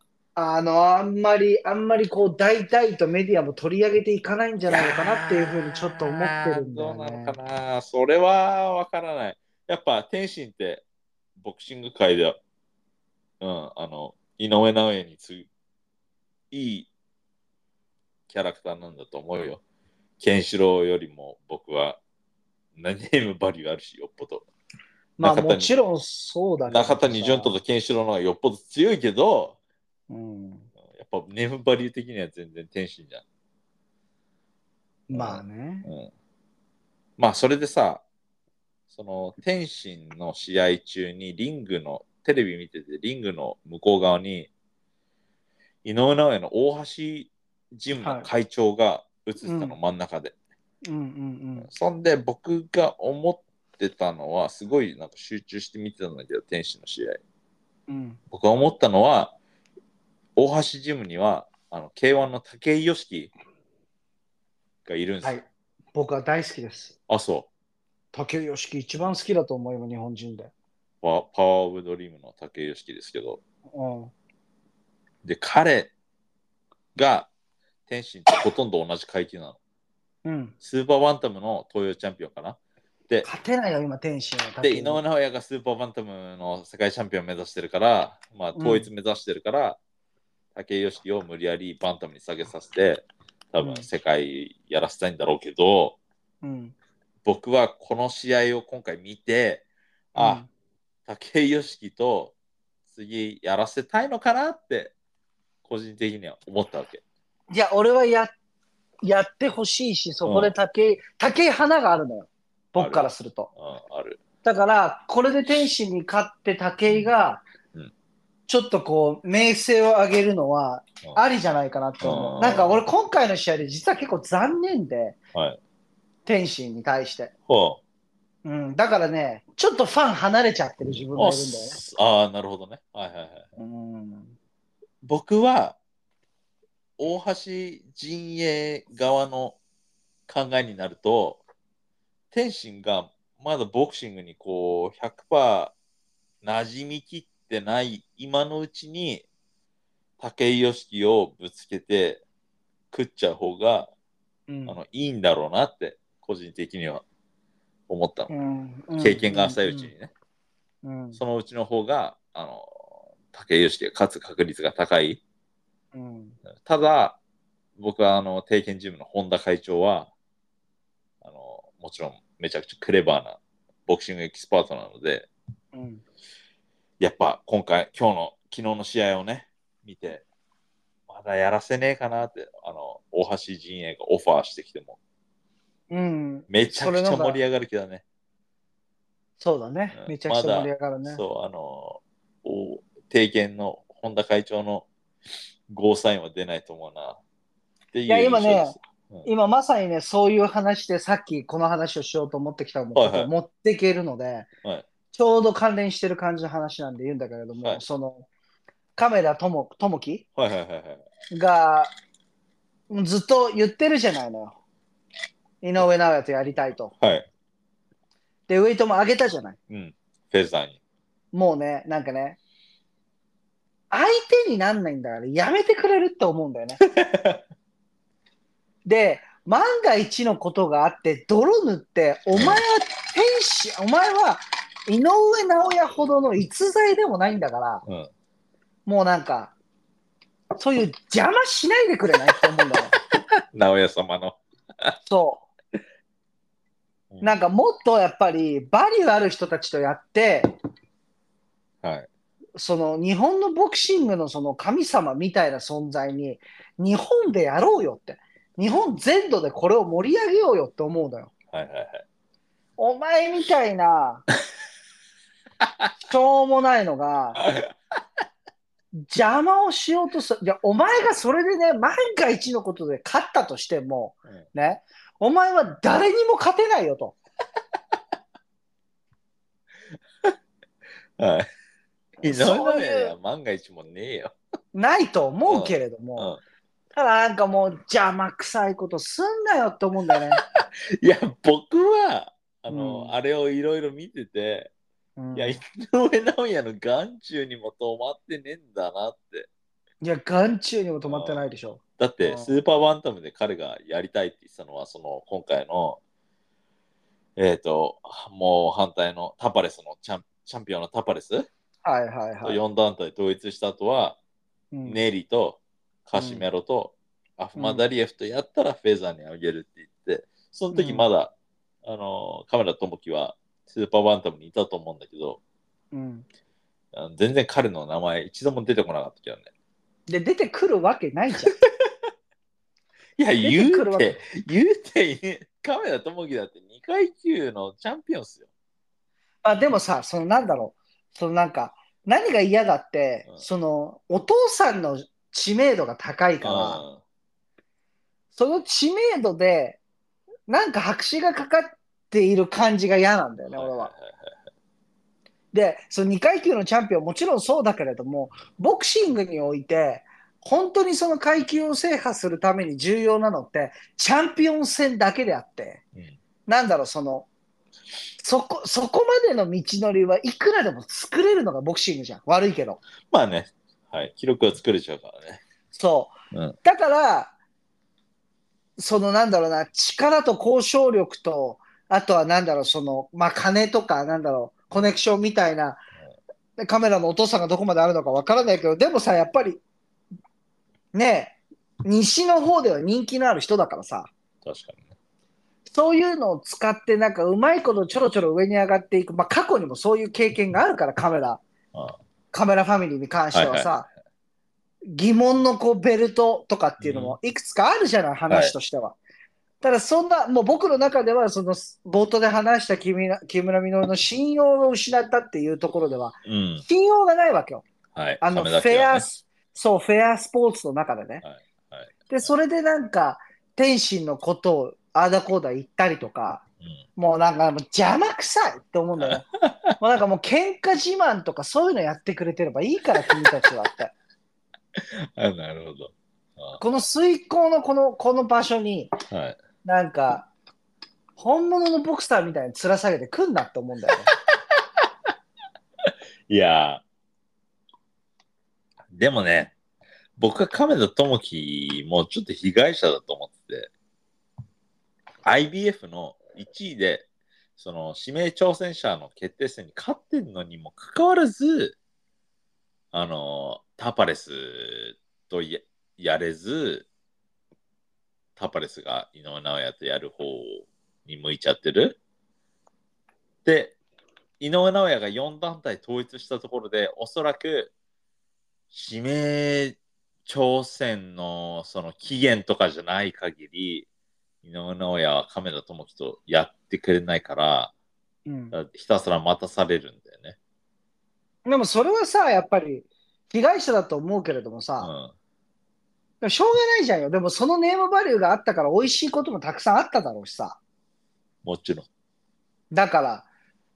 あんまりこう、大々とメディアも取り上げていかないんじゃいないのかなっていうふうにちょっと思ってやー、 るんだどうなのかよね。 な。それはわからない。やっぱ天心ってボクシング界では、井上尚弥にいいキャラクターなんだと思うよ。ケンシロウよりも僕はネームバリューあるし、よっぽど。 まあ、 中谷、 もちろんそうだけ中どさ、 谷潤人とケンシロウの方がよっぽど強いけど、 うん、 やっぱネームバリュー的には全然天心じゃん。 まあね。 うん。まあ、それでさ、その天心の試合中にテレビ見てて、リングの向こう側に、井上尚弥の大橋ジムのはい。 会長が映ってたの、 うん、 真ん中で。 うん、うん、 そんで、僕が思ってたのは、すごいなんか集中して見てたんだけど、天心の試合。 うん。 僕が思ったのは、大橋ジムには、K1 の武井良樹がいるんですよ。 はい。僕は大好きです。 あ、そ竹内良樹一う。うん、 番好きだと思うよ、日本人で。 パワーオブドリームの武井良樹ですけど、 うん。 で、彼が天心とほとんど同じ階級なの。 うん。 スーパーバンタムの東洋チャンピオンかな。で、 勝てないよ、今、天心は井竹に。 上尚弥がスーパーバンタムの世界チャンピオンを目指してるから、まあ、 うん。 統一目指してるから、武井良樹を無理やりバンタムに下げさせて、多分うん。 世界やらせたいんだろうけど、 うん。 僕はこの試合を今回見て、あ、 うん。 武井良樹と次やらせたいのかなって個人的には思ったわけ。 いや、俺はやってほしいし、そこでうん、 武井花があるのよ。僕からある。 すると。 うん、ある。 だから、これで天心に勝って武井が、 うん、 ちょっとこう、名声を上げるのは、 うん、 ありじゃないかなって思う。なんか俺、今回の試合で実は結構残念で、 はい。 天心に対して。 ほうん。だからね、ちょっとファン離れちゃってる自分う。 がいるんだよね。 なるほどね。はいはいはい。 うん。 僕は大橋陣営側の考えになると、天心がまだボクシングにこう100%馴染みきってない今のうちに武井良樹をぶつけて食っちゃう方がうん。 いいんだろうなって個人的には思ったの。 うん。うん。 経験が浅うん。 いうちにね。 うん。 そのうちの方が武井良樹が勝つ確率が高い。 うん。 ただ僕は定見ジムの本田会長はもちろんめちゃくちゃクレバーなボクシングエキスパートなので、 うん。 やっぱ昨日の試合をね、見て、まだやらせねえかなって、大橋陣営がオファーしてきても、 うん。 めちゃそくれのが、 ちゃ盛り上がる気だね。 そうだうね。めちゃくちゃ盛りまだ、 上がるね。 そう、定見の本田会長のゴーサインは出ないと思うな、っていや、 いう今ね、 印象です。うん、 今まさにね、そういう話で、さっきこの話をしようと思ってきたはいはことを持っていけるので、 い。はい。 ちょうど関連してる感じの話なんで言うんだけれども、 はい。 その、亀田智樹はいはいはいはい。 がずっと言ってるじゃないのよ。井上尚弥とやりたいと。 はい。 で、ウェイトも上げたじゃない。 うん。フェザーに。 もうね、なんかね、相手になんないんだからやめてくれるって思うんだよね。で、万が一のことがあって泥塗って、お前はお前は井上尚弥ほどの逸材でもないんだから、 うん。 もうなんか、そういう邪魔しないでくれないって思うんだよ。 直哉様の。 そう。 うん、 なんかもっとやっぱりバリューある人たちとやって、 はい。 その日本のボクシングのその神様みたいな存在に日本でやろうよって。日本全土でこれを盛り上げようよって思うのよ。 はいはいはい。 お前みたいなしょうもないのが邪魔をしようとする。いや、お前がそれでね、万が一のことで勝ったとしても、 うん、 ね、お前は誰にも勝てないよと。 はい。井上尚弥にはそういう、 万が一もねえよ。 ないとうん。 思うけれども、 うん。 ただなんかもう邪魔くさいことすんなよって思うんだよね。 いや、僕は、 うん。 あれをいろいろ見てて、いや、井うん。 上尚弥の眼中にも止まってねえんだなって。 いや、眼中にも止まってうん。 ないでしょ。 だって、 うん。 スーパーバンタムで彼がやりたいって言ってたのは、今回の、もう反対のタパレスのチャンピオンのタパレスはいはいとはい。 4団体統一した後は、 うん。 ネリとカシうん。 メロとアフうん。 マダリエフとやったらフェザーにあげるって言って、そのうん。 時まだ、カメラ智樹はスーパーバンタムにいたと思うんだけど、 うん。 全然彼の名前一度も出てこなかったけどね。 で、出てくるわけないじゃん。 いや、 出てくるわけ。 カメラ智樹だって2階級のチャンピオンっすよ。 あ、でもさ、そのなんだろう。そのなんか、何が嫌だって、 うん。 その、お父さんの知名度が高いうから、 ん。 その知名度で、なんか白紙がかかっている感じが嫌なんだよね、 はいはい俺は。 はい。 で、その2階級のチャンピオンもちろんそうだけれども、ボクシングにおいて、本当にその階級を制覇するために重要なのって、チャンピオン戦だけであって、 うん。 なんだろう、そこまでの道のりはいくらでも作れるのがボクシングじゃん。悪いけど。 まあね、はい、記録は作れちゃうからね。 そう。 うん。 だから、そのなんだろうな、力と交渉力と、あとはなんだろう、まあ金とか、なんだろう、 うん。 コネクションみたいな、カメラのお父さんがどこまであるのかわからないけど、でもさ、やっぱりね、西の方では人気のある人だからさ、 確かにね。 そういうのを使ってなんかうまいことちょろちょろ上に上がっていく。まあ過去にもそういう経験があるから、カメラファミリーに関しはいはい。 てはさ、疑問のこうベルトとかっていうのもいくつかあるじゃない、話としては。ただそんな、もう僕の中では、その冒頭で話した木村稔の信用を失ったっていうところでは、 うん。 信用がないわけよ。 はい。 フ亀田家はェア、 ね。 そう、フェアスポーツの中でね。 はい。はい。 で、それでなんか、天心のことをああだこうだ言ったりとか、 うん。 もうなんかもう邪魔くさいって思うんだよね。もうなんかもう喧嘩自慢とかそういうのやってくれてればいいから、君たちはって。 あ、なるほど。 この水耕のこの場所に、 はい。 なんか、本物のボクサーみたいに面下げてくんなって思うんだよね。 いやでもね、僕は亀田智樹もちょっと被害者だと思ってて、IBF の1位で、その指名挑戦者の決定戦に勝ってるのにもかかわらず、タパレスとやれず、タパレスが井上尚弥とやる方に向いちゃってる。で、井上尚弥が4団体統一したところで、おそらく指名挑戦のその期限とかじゃない限り、井上尚弥は亀田智樹とやってくれないから、 うん。 ひたすら待たされるんだよね。 でもそれはさ、やっぱり被害者だと思うけれどもさ、 うん。 しょうがないじゃんよ。でもそのネームバリューがあったから美味しいこともたくさんあっただろうしさ。 もちろん。 だから、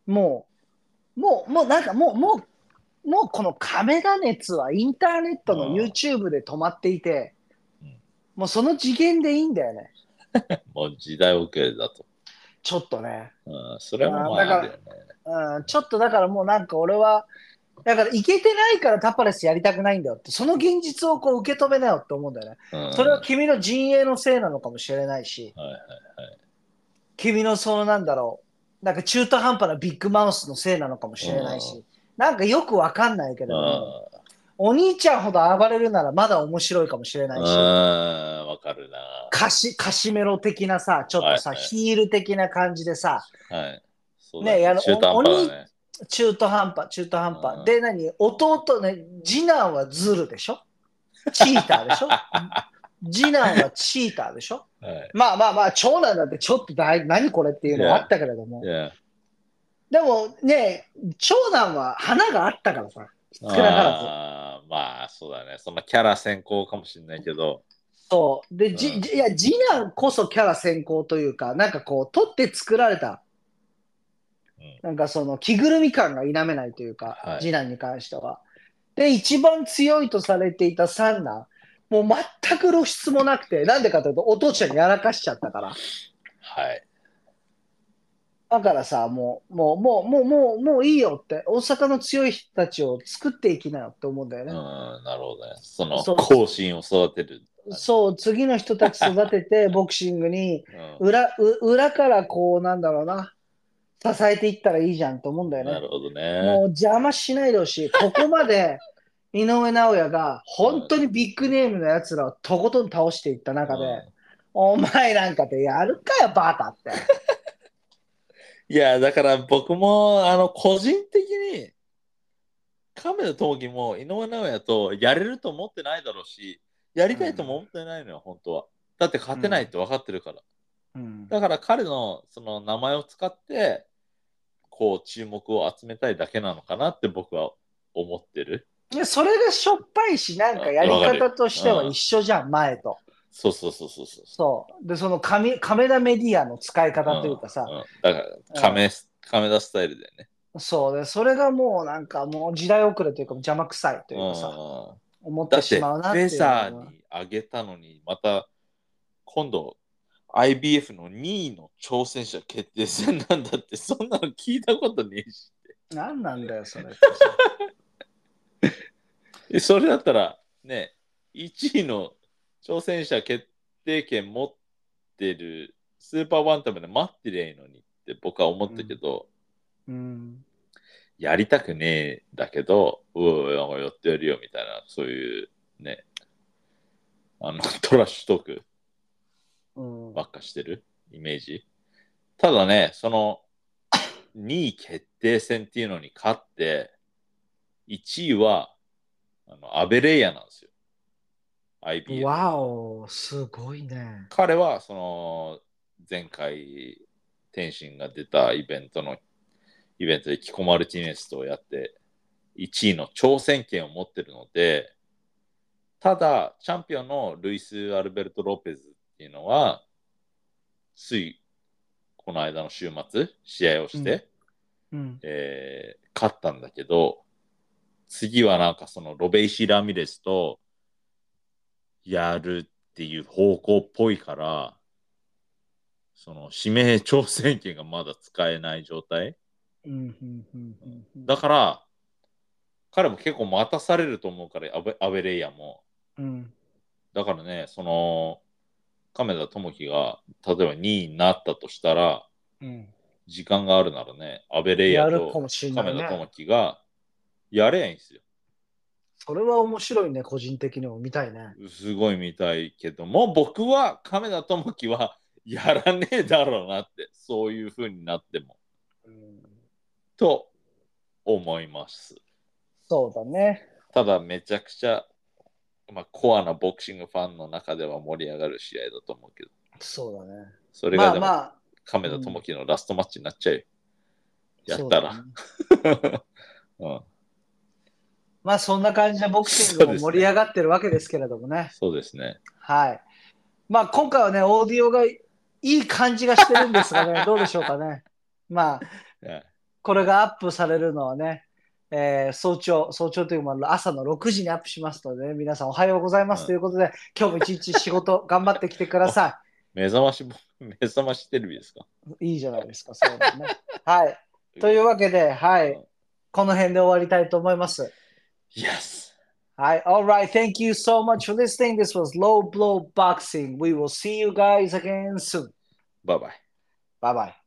もうなんかもうこの亀田熱はインターネットの YouTube で止まっていて、 うん。 もうその次元でいいんだよね。 もう時代遅れだと。 ちょっとね。 うん。それもまだかああるよね。 ら、ちょっとだからもうなんか俺は、だから、いけてないからタパレスやりたくないんだよって、その現実をこう受け止めなよって思うんだよね。 うん。 それはは君の陣営のせいなのかもしれないし、 いはいはい。 君のそのなんだろう、なんか中途半端なビッグマウスのせいなのかもしれないし、なんかよくわかんないけれども、お兄ちゃんほど暴れるならまだ面白いかもしれなうん。 いし、 わかるな。 カシメロ的なさ、ちょっとさ、 はいはい。 ヒール的な感じでさ、 はい。そうだね、 ね。中途半端だね。 中途半端。 うん。 で、弟ね、次男はズルでしょ、チーターでしょ、次男はチーターでしょ。 はい。 まあまあまあ、長男だってちょっと何これっていういや、 のはあったけれども。 いや。 でもね、長男は花があったからさ、少なからず。 ああ、まあ、そうだね。そんなキャラ先行かもしれないけど、 そう。で、 うん。 いや、次男こそキャラ先行というか、なんかこう、取って作られた、 うん。 なんかその着ぐるみ感が否めないというか、 はい。 次男に関しては。で、一番強いとされていた三男、もう全く露出もなくて、なんでかというと、お父ちゃんにやらかしちゃったから。 はい。 だからさ、もういいよって、大阪の強い人たちを作っていきなよって思うんだようん、 ね。 なるほどね。その、 そう、 後進を育てる感じ。 そう、次の人たち育てて、ボクシングに、 うん。 裏からこう、なんだろうな、支えていったらいいじゃんと思うんだよね。 なるほどね。 もう邪魔しないでほしい。ここまで井上尚弥がうん。 本当にビッグネームのやつらをとことん倒していった中で、 うん。 お前なんかでやるかよ、バカって。 いや、だから僕も、個人的に、亀田智樹も井上尚弥とやれると思ってないだろうし、やりたいともうん。 思ってないのよ、本当は。だって勝てないっうん。 て分かってるから。 うん。 だから彼のその名前を使って、こう注目を集めたいだけなのかなって僕は思ってる。 で、それがしょっぱいし、なんかやりわかる。 方としては一うん。 緒じゃん、前と。 そうそうそうそうそう。 そう。で、その亀田メディアの使いうん。 方というかさ、 うん。だから、 う亀田スタイルだよね。 ん、そうで、それがもうなんかもう時代遅れというか邪魔くさいというかさ、 うん。 思ってしだって、 まうなっていうフェザーのが。 に上げたのに、また、今度、IBF の2位の挑戦者決定戦なんだって、そんなの聞いたことねえし。 何なんだよ、それってさ。 それだったら、ね、1位の挑戦者決定権持ってるスーパーワンタムで待ってりゃいいのにって僕は思ったけうん。 ど、 うん。 やりたくねえだけど、やってやるよみたいな、そういうね、トラッシュトークうん。 ばっかしてるイメージ。 ただね、その2位決定戦っていうのに勝って、1位はアベレイヤなんですよ。IBF。 わお、すごいね。 彼は、その、前回、天心が出たイベントでキコマルティネスとやって、1位の挑戦権を持ってるので、ただ、チャンピオンのルイス・アルベルト・ロペズっていうのは、ついこの間の週末、試合をして、勝ったんだけど、次はなんかそのロベイシ・ラミレスとやるっていう方向っぽいから、その指名挑戦権がまだ使えない状態。だから、彼も結構待たされると思うから、アベレイヤも。だからね、その、亀田智樹が、例えば2位になったとしたら、時間があるならね、アベレイヤと亀田智樹がやればいいんですよ。 それは面白いね、個人的にも見たいね。 すごい見たいけども、僕は亀田智樹はやらねえだろうなって、そういう風になっても。と思います。 そうだね。 ただめちゃくちゃ、コアなボクシングファンの中では盛り上がる試合だと思うけど。 そうだね。 それがでも、亀田智樹のラストマッチになっちゃうよ。やったら。 まあそんな感じでボクシングも盛り上がってるわけですけれどもね。 そうですね。 はい。まあ今回はね、オーディオがいい感じがしてるんですがね、どうでしょうかね。まあ、これがアップされるのはね、早朝というか朝の6時にアップしますので、ね、皆さんおはようございますということで、今日も一日仕事頑張ってきてください。目覚ましテレビですか？ いいじゃないですか、そうだね。はい。というわけで、はい。この辺で終わりたいと思います。 Yes. Hi. All right. Thank you so much for listening. This was Low Blow Boxing. We will see you guys again soon. Bye bye. Bye bye.